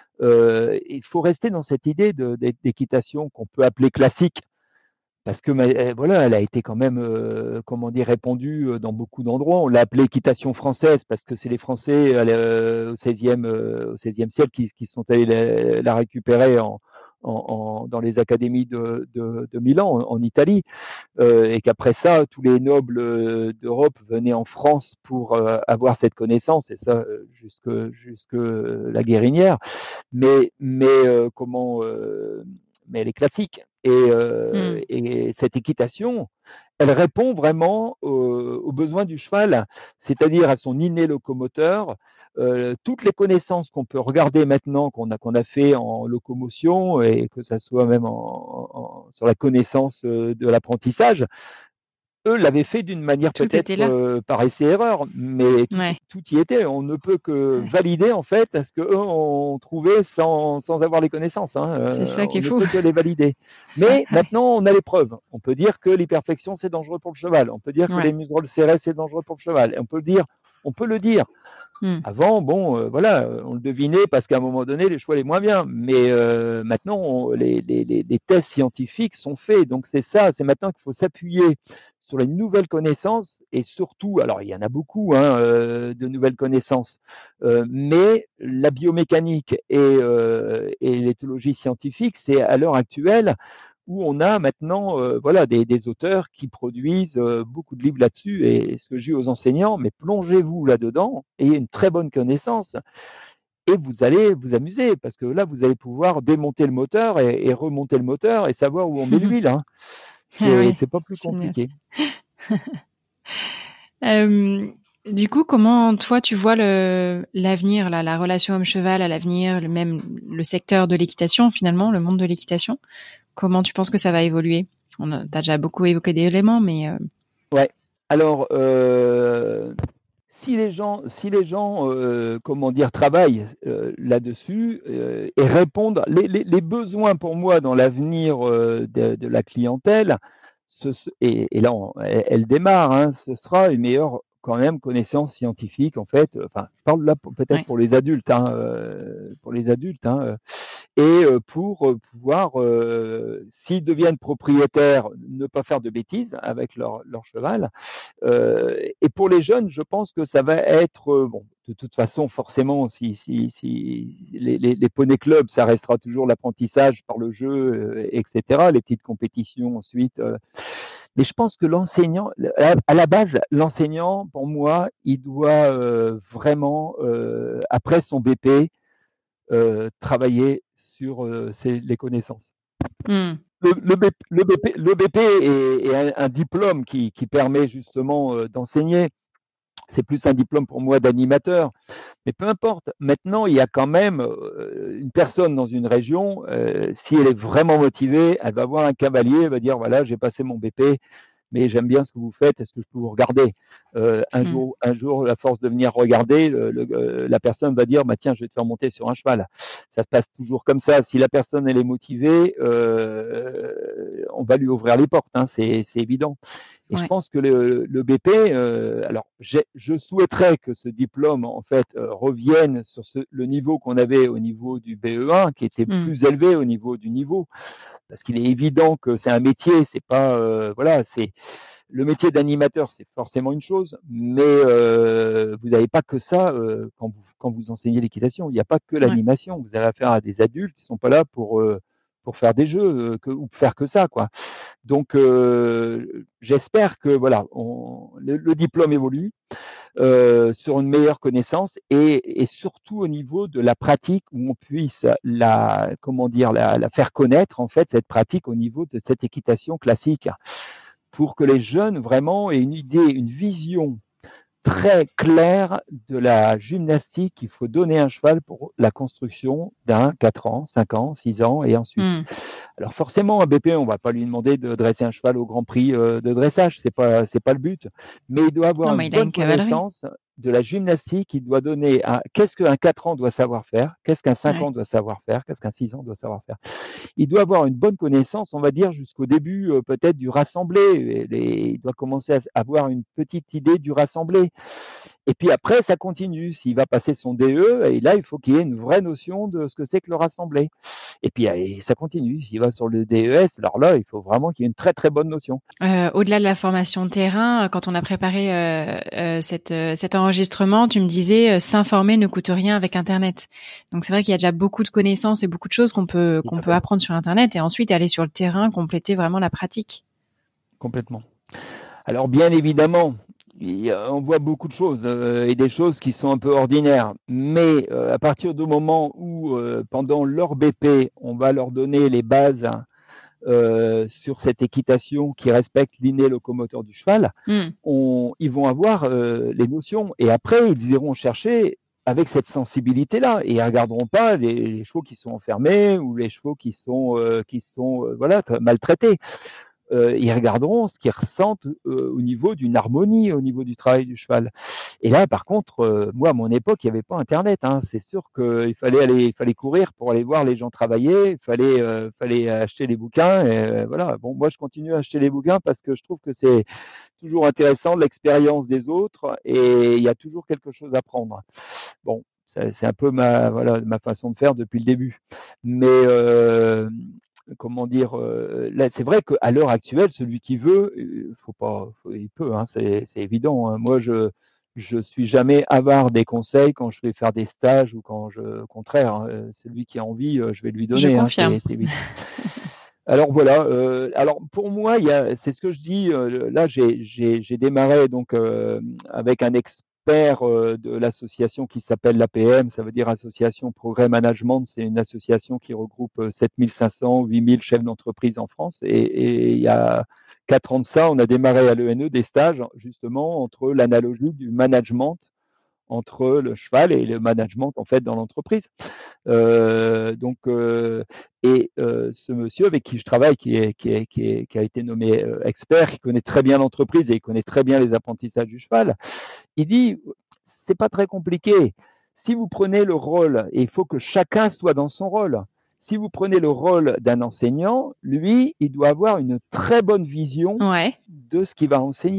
Euh, il faut rester dans cette idée de, d'équitation qu'on peut appeler classique, parce que euh, voilà, elle a été quand même, euh, comment dire, répandue dans beaucoup d'endroits. On l'a appelée équitation française parce que c'est les Français euh, au seizième, euh, au seizième siècle qui, qui sont allés la, la récupérer en, en, en, dans les académies de, de, de Milan, en, en Italie, euh, et qu'après ça, tous les nobles d'Europe venaient en France pour euh, avoir cette connaissance, et ça jusque, jusque la Guérinière. Mais, mais euh, comment euh, mais elle est classique. Et, euh, Hmm. et cette équitation, elle répond vraiment aux, aux besoins du cheval, c'est-à-dire à son inné locomoteur. Euh, toutes les connaissances qu'on peut regarder maintenant, qu'on a, qu'on a fait en locomotion, et que ça soit même en, en, sur la connaissance de l'apprentissage, eux l'avaient fait d'une manière Tout était peut-être là. euh, par essai-erreur, mais tout, Ouais. tout y était. On ne peut que Ouais. valider en fait ce qu'eux ont trouvé sans, sans avoir les connaissances. Hein. C'est Euh, ça qui on est ne fou. peut que les valider. Mais maintenant, on a les preuves. On peut dire que l'hyperflexion c'est dangereux pour le cheval. On peut dire que Ouais. les museroles serrées c'est dangereux pour le cheval. Et on peut le dire. On peut le dire. Hmm. Avant, bon, euh, voilà, on le devinait parce qu'à un moment donné, les chevaux allaient moins bien. Mais euh, maintenant, on, les, les, les, les tests scientifiques sont faits. Donc c'est ça, c'est maintenant qu'il faut s'appuyer sur les nouvelles connaissances, et surtout, alors il y en a beaucoup hein, euh, de nouvelles connaissances, euh, mais la biomécanique et, euh, et l'éthologie scientifique, c'est à l'heure actuelle où on a maintenant euh, voilà, des, des auteurs qui produisent euh, beaucoup de livres là-dessus, et ce que je dis aux enseignants, mais plongez-vous là-dedans, ayez une très bonne connaissance, et vous allez vous amuser, parce que là, vous allez pouvoir démonter le moteur et, et remonter le moteur et savoir où on met l'huile. Hein. C'est, Ah oui, c'est pas plus c'est bien. compliqué. euh, du coup, comment toi tu vois le l'avenir, là, la relation homme-cheval à l'avenir, le même le secteur de l'équitation finalement, le monde de l'équitation. Comment tu penses que ça va évoluer? On a, t'as déjà beaucoup évoqué des éléments, mais euh... ouais. Alors, euh, si les gens, si les gens, euh, comment dire, travaillent euh, là-dessus euh, et répondent, les, les, les besoins pour moi dans l'avenir euh, de, de la clientèle, ce, et, et là, on, elle, elle démarre, hein, ce sera une meilleure quand même connaissance scientifique, en fait. Enfin, je parle là pour, peut-être Ouais. pour les adultes, hein, euh, pour les adultes, hein, euh, et euh, pour euh, pouvoir, euh, s'ils deviennent propriétaires, ne pas faire de bêtises avec leur, leur cheval. Euh, et pour les jeunes, je pense que ça va être euh, bon. De toute façon, forcément, si, si, si les, les, les poney clubs, ça restera toujours l'apprentissage par le jeu, euh, et cetera. Les petites compétitions ensuite. Euh, mais je pense que l'enseignant, à la base, l'enseignant, pour moi, il doit euh, vraiment, euh, après son B P, euh, travailler sur euh, ses, les connaissances. Mm. Le, le, B, le, B P, le B P est, est un, un diplôme qui, qui permet justement euh, d'enseigner. C'est plus un diplôme pour moi d'animateur. Mais peu importe. Maintenant, il y a quand même euh, une personne dans une région, euh, si elle est vraiment motivée, elle va voir un cavalier, elle va dire voilà, j'ai passé mon B P, mais j'aime bien ce que vous faites, est-ce que je peux vous regarder euh, un Mm. jour, un jour, à force de venir regarder, le, le, euh, la personne va dire bah tiens, je vais te faire monter sur un cheval. Ça se passe toujours comme ça. Si la personne elle est motivée, euh, on va lui ouvrir les portes, hein, c'est, c'est évident. Et ouais. Je pense que le, le B P, euh, alors je souhaiterais que ce diplôme en fait euh, revienne sur ce, le niveau qu'on avait au niveau du B E un, qui était mmh. plus élevé au niveau du niveau, parce qu'il est évident que c'est un métier, c'est pas euh, voilà, c'est le métier d'animateur, c'est forcément une chose, mais euh, vous n'avez pas que ça euh, quand vous quand vous enseignez l'équitation. Il n'y a pas que l'animation. Ouais. Vous avez affaire à des adultes qui sont pas là pour euh, pour faire des jeux euh, que, ou faire que ça, quoi. Donc, euh, j'espère que voilà, on, le, le diplôme évolue euh, sur une meilleure connaissance et, et surtout au niveau de la pratique où on puisse la, comment dire, la, la faire connaître en fait cette pratique au niveau de cette équitation classique, pour que les jeunes vraiment aient une idée, une vision très claire de la gymnastique qu'il faut donner à un cheval pour la construction d'un quatre ans, cinq ans, six ans et ensuite. Mm. Alors forcément, un B P, on va pas lui demander de dresser un cheval au Grand Prix euh, de dressage, c'est pas c'est pas le but. Mais il doit avoir non, une bonne une connaissance de la gymnastique. Il doit donner un, qu'est-ce qu'un quatre ans doit savoir faire, qu'est-ce qu'un cinq ouais. ans doit savoir faire, qu'est-ce qu'un six ans doit savoir faire. Il doit avoir une bonne connaissance, on va dire jusqu'au début euh, peut-être du rassemblé. Les, il doit commencer à avoir une petite idée du rassemblé. Et puis après, ça continue. S'il va passer son D E, et là, il faut qu'il y ait une vraie notion de ce que c'est que le rassemblé. Et puis, et ça continue. S'il va sur le D E S, alors là, il faut vraiment qu'il y ait une très, très bonne notion. Euh, au-delà de la formation de terrain, quand on a préparé euh, euh, cette, euh, cet enregistrement, tu me disais euh, s'informer ne coûte rien avec Internet. Donc, c'est vrai qu'il y a déjà beaucoup de connaissances et beaucoup de choses qu'on peut, qu'on peut apprendre sur Internet et ensuite aller sur le terrain, compléter vraiment la pratique. Complètement. Alors, bien évidemment, on voit beaucoup de choses euh, et des choses qui sont un peu ordinaires. Mais euh, à partir du moment où, euh, pendant leur B P, on va leur donner les bases euh, sur cette équitation qui respecte l'inné locomoteur du cheval, mm. on, ils vont avoir euh, les notions. Et après, ils iront chercher avec cette sensibilité-là. Et ils ne regarderont pas les, les chevaux qui sont enfermés ou les chevaux qui sont, euh, qui sont euh, voilà, maltraités. Euh, ils regarderont ce qu'ils ressentent euh, au niveau d'une harmonie, au niveau du travail du cheval. Et là, par contre, euh, moi, à mon époque, il n'y avait pas Internet. Hein. C'est sûr qu'il fallait aller, il fallait courir pour aller voir les gens travailler. Il fallait, euh, fallait acheter les bouquins. Et, euh, voilà. Bon, moi, je continue à acheter les bouquins parce que je trouve que c'est toujours intéressant l'expérience des autres et il y a toujours quelque chose à prendre. Bon, c'est un peu ma, voilà, ma façon de faire depuis le début. Mais euh, comment dire, euh, là, c'est vrai qu'à l'heure actuelle, celui qui veut, euh, faut pas, faut, il peut, hein, c'est, c'est évident. Hein. Moi, je, je suis jamais avare des conseils quand je vais faire des stages ou quand je, au contraire, hein, celui qui a envie, je vais lui donner. Je confirme. Hein, c'est, c'est évident. Alors voilà. Euh, alors pour moi, il y a, c'est ce que je dis. Euh, là, j'ai, j'ai, j'ai démarré donc euh, avec un expert de l'association qui s'appelle l'A P M, ça veut dire Association Progrès Management. C'est une association qui regroupe sept mille cinq cents, huit mille chefs d'entreprise en France. Et, et il y a quatre ans de ça, on a démarré à l'E N E des stages justement entre l'analogie du management entre le cheval et le management en fait dans l'entreprise. Euh, donc euh, et euh, ce monsieur avec qui je travaille, qui est qui est qui, est, qui a été nommé euh, expert, qui connaît très bien l'entreprise et il connaît très bien les apprentissages du cheval, il dit c'est pas très compliqué. Si vous prenez le rôle, et il faut que chacun soit dans son rôle. Si vous prenez le rôle d'un enseignant, lui, il doit avoir une très bonne vision ouais. de ce qu'il va enseigner,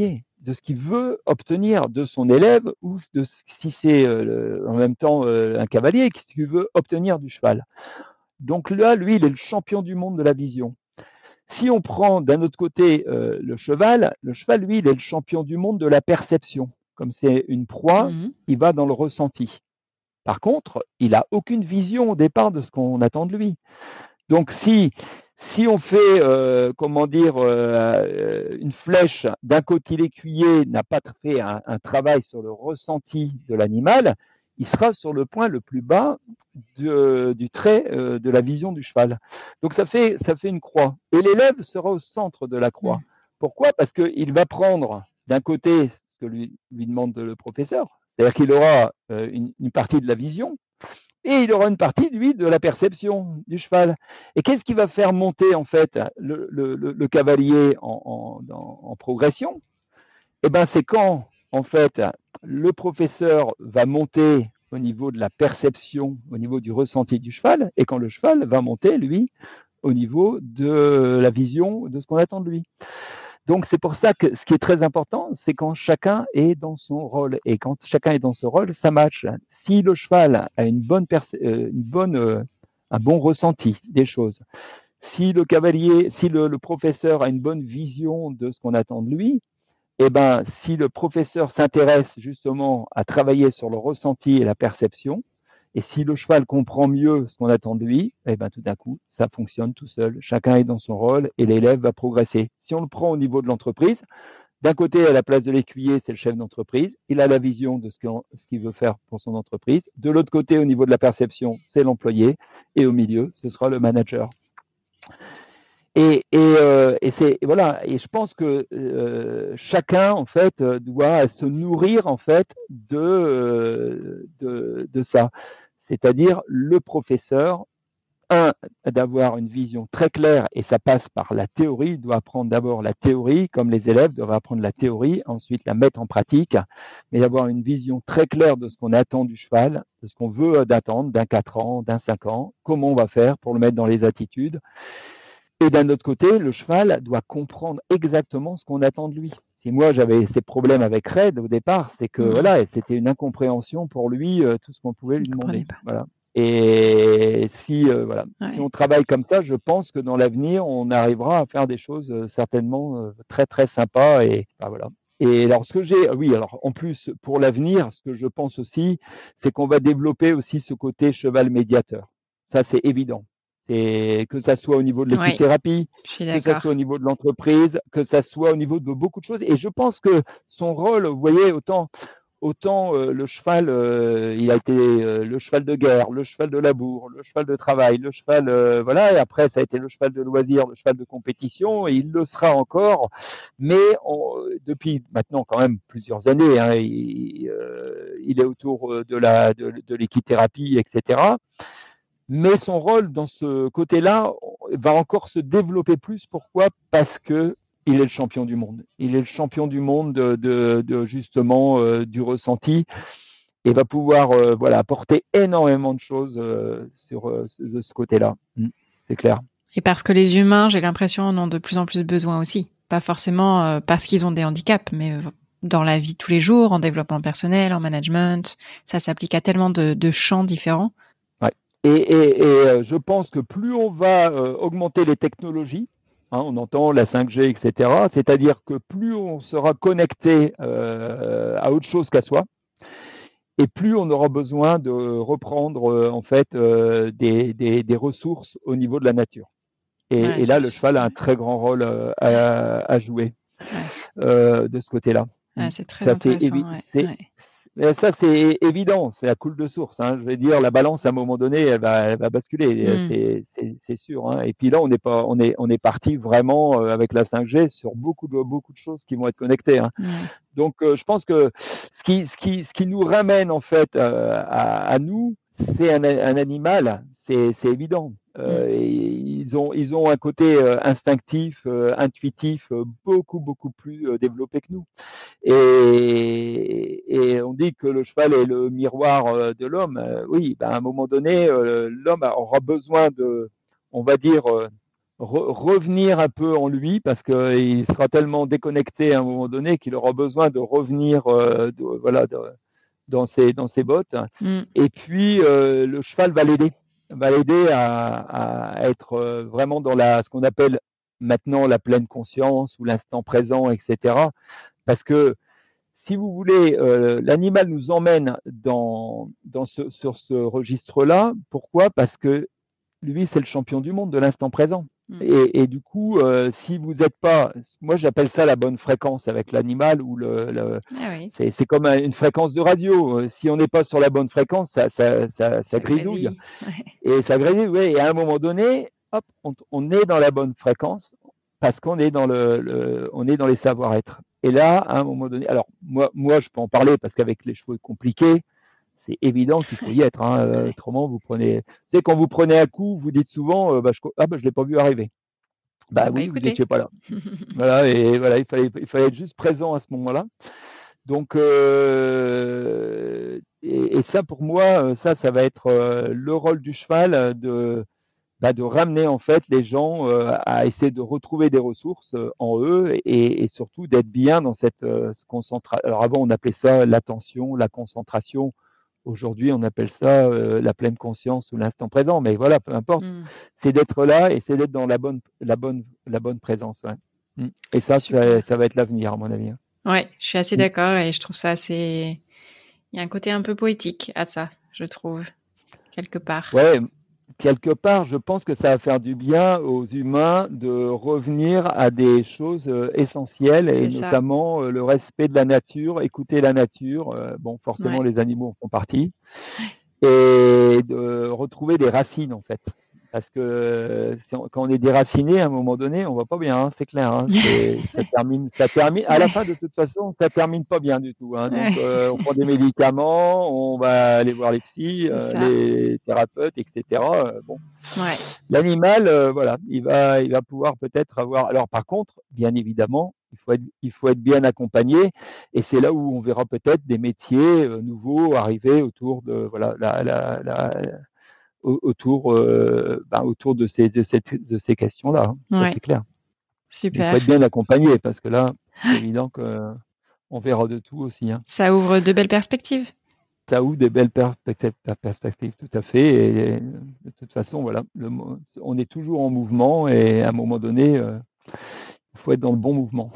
de ce qu'il veut obtenir de son élève ou de si c'est euh, en même temps euh, un cavalier, ce qu'il veut obtenir du cheval. Donc là, lui, il est le champion du monde de la vision. Si on prend d'un autre côté euh, le cheval, le cheval, lui, il est le champion du monde de la perception. Comme c'est une proie, Mhm. il va dans le ressenti. Par contre, il n'a aucune vision au départ de ce qu'on attend de lui. Donc si, si on fait, euh, comment dire, euh, une flèche, d'un côté l'écuyer n'a pas fait un, un travail sur le ressenti de l'animal, il sera sur le point le plus bas de, du trait euh, de la vision du cheval. Donc ça fait, ça fait une croix. Et l'élève sera au centre de la croix. Mmh. Pourquoi? Parce qu'il va prendre d'un côté ce que lui, lui demande le professeur, c'est-à-dire qu'il aura euh, une, une partie de la vision, et il aura une partie, lui, de la perception du cheval. Et qu'est-ce qui va faire monter, en fait, le, le, le cavalier en, en, en, en progression? Eh bien, c'est quand, en fait, le professeur va monter au niveau de la perception, au niveau du ressenti du cheval, et quand le cheval va monter, lui, au niveau de la vision de ce qu'on attend de lui. Donc, c'est pour ça que ce qui est très important, c'est quand chacun est dans son rôle. Et quand chacun est dans ce rôle, ça match. Si le cheval a une bonne, perce- euh, une bonne, euh, un bon ressenti des choses, si le cavalier, si le, le professeur a une bonne vision de ce qu'on attend de lui, eh ben, si le professeur s'intéresse justement à travailler sur le ressenti et la perception, et si le cheval comprend mieux ce qu'on attend de lui, eh ben, tout d'un coup, ça fonctionne tout seul. Chacun est dans son rôle et l'élève va progresser. Si on le prend au niveau de l'entreprise, d'un côté, à la place de l'écuyer, c'est le chef d'entreprise. Il a la vision de ce qu'il veut faire pour son entreprise. De l'autre côté, au niveau de la perception, c'est l'employé. Et au milieu, ce sera le manager. Et, et, euh, et c'est voilà. Et je pense que euh, chacun en fait doit se nourrir en fait de de, de ça. C'est-à-dire le professeur, un, d'avoir une vision très claire, et ça passe par la théorie, il doit apprendre d'abord la théorie, comme les élèves doivent apprendre la théorie, ensuite la mettre en pratique, mais d'avoir une vision très claire de ce qu'on attend du cheval, de ce qu'on veut d'attendre d'un quatre ans, d'un cinq ans, comment on va faire pour le mettre dans les attitudes. Et d'un autre côté, le cheval doit comprendre exactement ce qu'on attend de lui. Si moi j'avais ces problèmes avec Red au départ, c'est que mmh. voilà, c'était une incompréhension pour lui, euh, tout ce qu'on pouvait lui demander. Voilà. Et si euh, voilà, ouais. si on travaille comme ça, je pense que dans l'avenir, on arrivera à faire des choses euh, certainement euh, très très sympas. Et bah, voilà. Et alors ce que j'ai, oui, alors en plus pour l'avenir, ce que je pense aussi, c'est qu'on va développer aussi ce côté cheval médiateur. Ça c'est évident. Et que ça soit au niveau de l'équithérapie, ouais, que ça soit au niveau de l'entreprise, que ça soit au niveau de beaucoup de choses. Et je pense que son rôle, vous voyez, autant, autant euh, le cheval, euh, il a été euh, le cheval de guerre, le cheval de labour, le cheval de travail, le cheval, euh, voilà, et après ça a été le cheval de loisir, le cheval de compétition, et il le sera encore. Mais on, depuis maintenant quand même plusieurs années, hein, il, euh, il est autour de la de, de l'équithérapie, et cetera. Mais son rôle dans ce côté-là va encore se développer plus. Pourquoi? Parce que il est le champion du monde. Il est le champion du monde de, de, de justement euh, du ressenti et va pouvoir euh, voilà apporter énormément de choses euh, sur euh, de ce côté-là. Mmh, c'est clair. Et parce que les humains, j'ai l'impression, en ont de plus en plus besoin aussi. Pas forcément euh, parce qu'ils ont des handicaps, mais euh, dans la vie de tous les jours, en développement personnel, en management, ça s'applique à tellement de, de champs différents. Et, et, et euh, je pense que plus on va euh, augmenter les technologies, hein, on entend la cinq G, et cetera, c'est-à-dire que plus on sera connecté euh, à autre chose qu'à soi, et plus on aura besoin de reprendre euh, en fait euh, des, des, des ressources au niveau de la nature. Et, ouais, et là, le cheval a un très grand rôle euh, à, à jouer ouais. euh, de ce côté-là. Ouais, c'est très ça, intéressant. Évi- ouais, c'est, ouais. Mais ça, c'est évident, c'est la coule de source. Hein. Je vais dire, la balance, à un moment donné, elle va, elle va basculer, mmh. c'est, c'est, c'est sûr. Hein. Et puis là, on est pas, on est, on est parti vraiment euh, avec la cinq G sur beaucoup de, beaucoup de choses qui vont être connectées. Hein. Mmh. Donc, euh, je pense que ce qui, ce qui, ce qui nous ramène en fait euh, à, à nous, c'est un, un animal, c'est, c'est évident. Euh, mmh. et ils ont, ils ont un côté euh, instinctif, euh, intuitif, euh, beaucoup, beaucoup plus euh, développé que nous. Et, et on dit que le cheval est le miroir euh, de l'homme. Euh, oui, ben, à un moment donné, euh, l'homme aura besoin de, on va dire, euh, re- revenir un peu en lui parce qu'il sera tellement déconnecté à un moment donné qu'il aura besoin de revenir euh, de- voilà, de- dans, ses, dans ses bottes. Mm. Et puis, euh, le cheval va l'aider, va l'aider à, à être euh, vraiment dans la, ce qu'on appelle maintenant la pleine conscience ou l'instant présent, et cetera. Parce que si vous voulez, euh, l'animal nous emmène dans, dans ce, sur ce registre-là. Pourquoi? Parce que lui, c'est le champion du monde de l'instant présent. Mm. Et, et du coup, euh, si vous n'êtes pas, moi j'appelle ça la bonne fréquence avec l'animal, ou le, le Ah oui, c'est, c'est comme une fréquence de radio. Euh, Si on n'est pas sur la bonne fréquence, ça, ça, ça, ça ça grisouille. grésille. Ouais. Et ça grésille, oui. Et à un moment donné, hop, on, on est dans la bonne fréquence parce qu'on est dans le, le on est dans les savoir-être. Et là, à un moment donné, alors moi, moi, je peux en parler parce qu'avec les chevaux compliqués, c'est évident qu'il faut y être. Hein. Euh, Ouais. autrement, vous prenez, tu sais, quand vous prenez un coup, vous dites souvent, euh, bah, je, ah, bah, je l'ai pas vu arriver. Bah T'as pas oui, vous écouté. n'étiez pas là. Voilà, et voilà, il fallait, il fallait être juste présent à ce moment-là. Donc, euh, et, et ça pour moi, ça, ça va être euh, le rôle du cheval de, bah, de ramener en fait les gens euh, à essayer de retrouver des ressources euh, en eux, et, et surtout d'être bien dans cette euh, concentration. Alors avant, on appelait ça l'attention, la concentration. Aujourd'hui, on appelle ça euh, la pleine conscience ou l'instant présent. Mais voilà, peu importe. Mm. C'est d'être là et c'est d'être dans la bonne, la bonne, la bonne présence. Ouais. Mm. Et ça, ça, Super. ça va être l'avenir, à mon avis. Ouais, je suis assez Mm. d'accord et je trouve ça assez. Il y a un côté un peu poétique à ça, je trouve, quelque part. Ouais, quelque part, je pense que ça va faire du bien aux humains de revenir à des choses euh, essentielles, et C'est ça. notamment euh, le respect de la nature, écouter la nature. Euh, bon, forcément, Ouais. les animaux en font partie, et de retrouver des racines en fait. Parce que euh, si on- quand on est déraciné, à un moment donné, on va pas bien, hein, c'est clair. Hein, c'est, ça termine, ça termine. À la Ouais. fin, de toute façon, ça termine pas bien du tout. Hein, donc, Ouais. euh, on prend des médicaments, on va aller voir les psys, C'est euh, ça. les thérapeutes, et cetera. Euh, bon, Ouais. l'animal, euh, voilà, il va, il va pouvoir peut-être avoir. Alors, par contre, bien évidemment, il faut être, il faut être bien accompagné, et c'est là où on verra peut-être des métiers euh, nouveaux arriver autour de, voilà, la, la, la, autour, euh, ben, autour de ces, de cette, de ces questions-là. Hein. Ça, Ouais. c'est clair. Mais il faut Super. être bien accompagné parce que là, c'est évident qu'on verra de tout aussi. Hein. Ça ouvre de belles perspectives. Ça ouvre des belles perspectives, perspectives, tout à fait. Et de toute façon, voilà, le, on est toujours en mouvement, et à un moment donné, euh, il faut être dans le bon mouvement.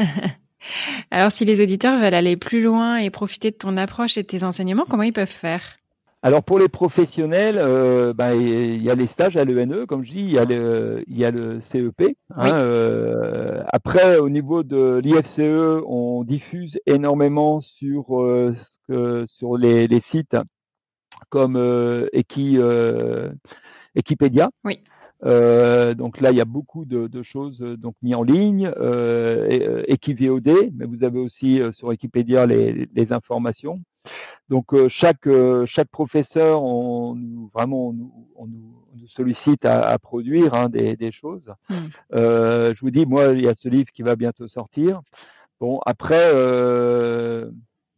Alors, si les auditeurs veulent aller plus loin et profiter de ton approche et de tes enseignements, comment ils peuvent faire? Alors pour les professionnels, euh, ben, il y a les stages à l'E N E, comme je dis, il y a le, il y a le C E P. Hein, Oui. euh, après, au niveau de l'I F C E, on diffuse énormément sur, euh, ce que- sur les, les sites comme euh, Equi, euh, Equipedia. Oui. Euh, donc là, il y a beaucoup de, de choses euh, donc mis en ligne, euh, et, euh, EquiVOD, mais vous avez aussi euh, sur Wikipédia les, les informations. Donc euh, chaque euh, chaque professeur, on nous, vraiment on nous, on nous, on nous sollicite à, à produire hein, des, des choses. Hmm. Euh, je vous dis, moi, il y a ce livre qui va bientôt sortir. Bon, après, euh,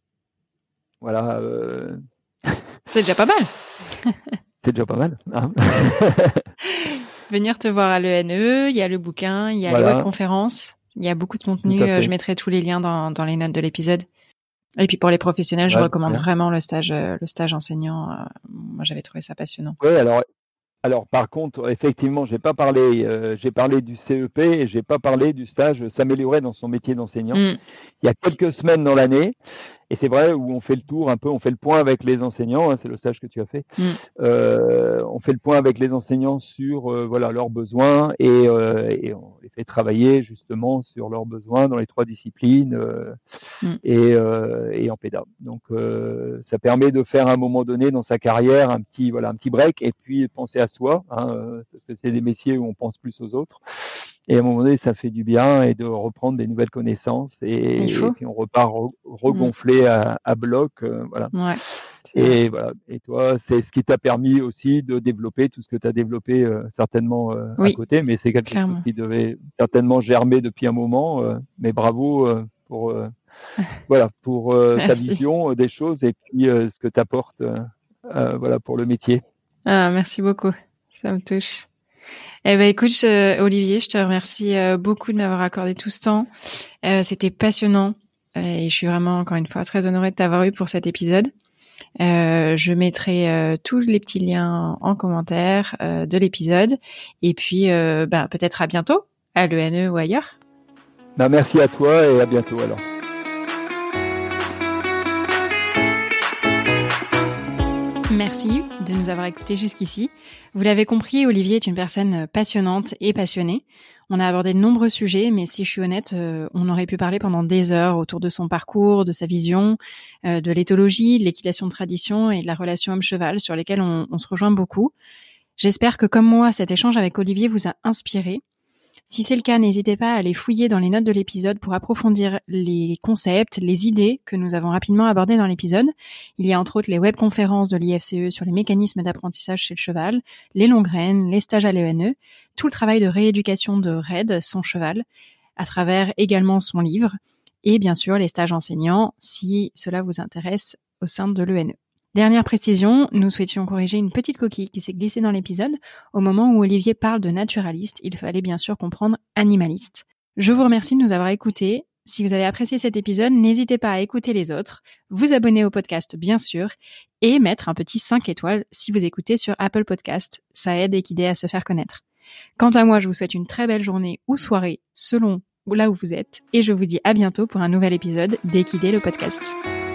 voilà, euh, C'est déjà pas mal. c'est déjà pas mal. Hein. Venir te voir à l'E N E, il y a le bouquin, il y a les Voilà, webconférences, il y a beaucoup de tout contenu. à euh, Je fait. mettrai tous les liens dans, dans les notes de l'épisode. Et puis pour les professionnels, je Ouais, recommande bien. vraiment le stage, euh, le stage enseignant. Euh, moi, j'avais trouvé ça passionnant. Ouais, alors Alors, par contre, effectivement, j'ai pas parlé, euh, j'ai parlé du C E P, et j'ai pas parlé du stage s'améliorer dans son métier d'enseignant. Hmm. Il y a quelques semaines dans l'année, et c'est vrai, où on fait le tour un peu, on fait le point avec les enseignants, hein, c'est le stage que tu as fait. Hmm. Euh, on fait le point avec les enseignants sur euh, voilà leurs besoins, et, euh, et on les fait travailler justement sur leurs besoins dans les trois disciplines euh, Mm. et, euh, et en péda. Donc euh, ça permet de faire à un moment donné dans sa carrière un petit voilà un petit break, et puis penser à soi, hein, euh, parce que c'est des métiers où on pense plus aux autres. Et à un moment donné, ça fait du bien, et de reprendre des nouvelles connaissances, et, Il faut. et puis on repart re, regonflé mm. à, à bloc, euh, voilà. Ouais. Et vrai. voilà. Et toi, c'est ce qui t'a permis aussi de développer tout ce que tu as développé euh, certainement euh, Oui, à côté, mais c'est quelque clairement. chose qui devait certainement germer depuis un moment. Euh, mais bravo euh, pour euh, voilà pour euh, ta vision euh, des choses, et puis euh, ce que tu apportes euh, euh, voilà pour le métier. Ah, merci beaucoup. Ça me touche. Eh ben écoute, je, Olivier, je te remercie euh, beaucoup de m'avoir accordé tout ce temps. Euh, c'était passionnant euh, et je suis vraiment encore une fois très honorée de t'avoir eu pour cet épisode. Euh, je mettrai euh, tous les petits liens en commentaire euh, de l'épisode et puis euh, bah, peut-être à bientôt à l'E N E ou ailleurs. Ben, merci à toi et à bientôt alors. Merci de nous avoir écoutés jusqu'ici. Vous l'avez compris, Olivier est une personne passionnante et passionnée. On a abordé de nombreux sujets, mais si je suis honnête, euh, on aurait pu parler pendant des heures autour de son parcours, de sa vision, euh, de l'éthologie, de l'équitation de tradition et de la relation homme-cheval sur lesquelles on, on se rejoint beaucoup. J'espère que, comme moi, cet échange avec Olivier vous a inspiré. Si c'est le cas, n'hésitez pas à aller fouiller dans les notes de l'épisode pour approfondir les concepts, les idées que nous avons rapidement abordées dans l'épisode. Il y a entre autres les webconférences de l'I F C E sur les mécanismes d'apprentissage chez le cheval, les longues graines, les stages à l'E N E, tout le travail de rééducation de Red, son cheval, à travers également son livre, et bien sûr les stages enseignants, si cela vous intéresse au sein de l'E N E. Dernière précision, nous souhaitions corriger une petite coquille qui s'est glissée dans l'épisode. Au moment où Olivier parle de naturaliste, il fallait bien sûr comprendre animaliste. Je vous remercie de nous avoir écoutés. Si vous avez apprécié cet épisode, n'hésitez pas à écouter les autres, vous abonner au podcast bien sûr, et mettre un petit cinq étoiles si vous écoutez sur Apple Podcast. Ça aide Equidé à se faire connaître. Quant à moi, je vous souhaite une très belle journée ou soirée, selon là où vous êtes, et je vous dis à bientôt pour un nouvel épisode d'Equidé le podcast.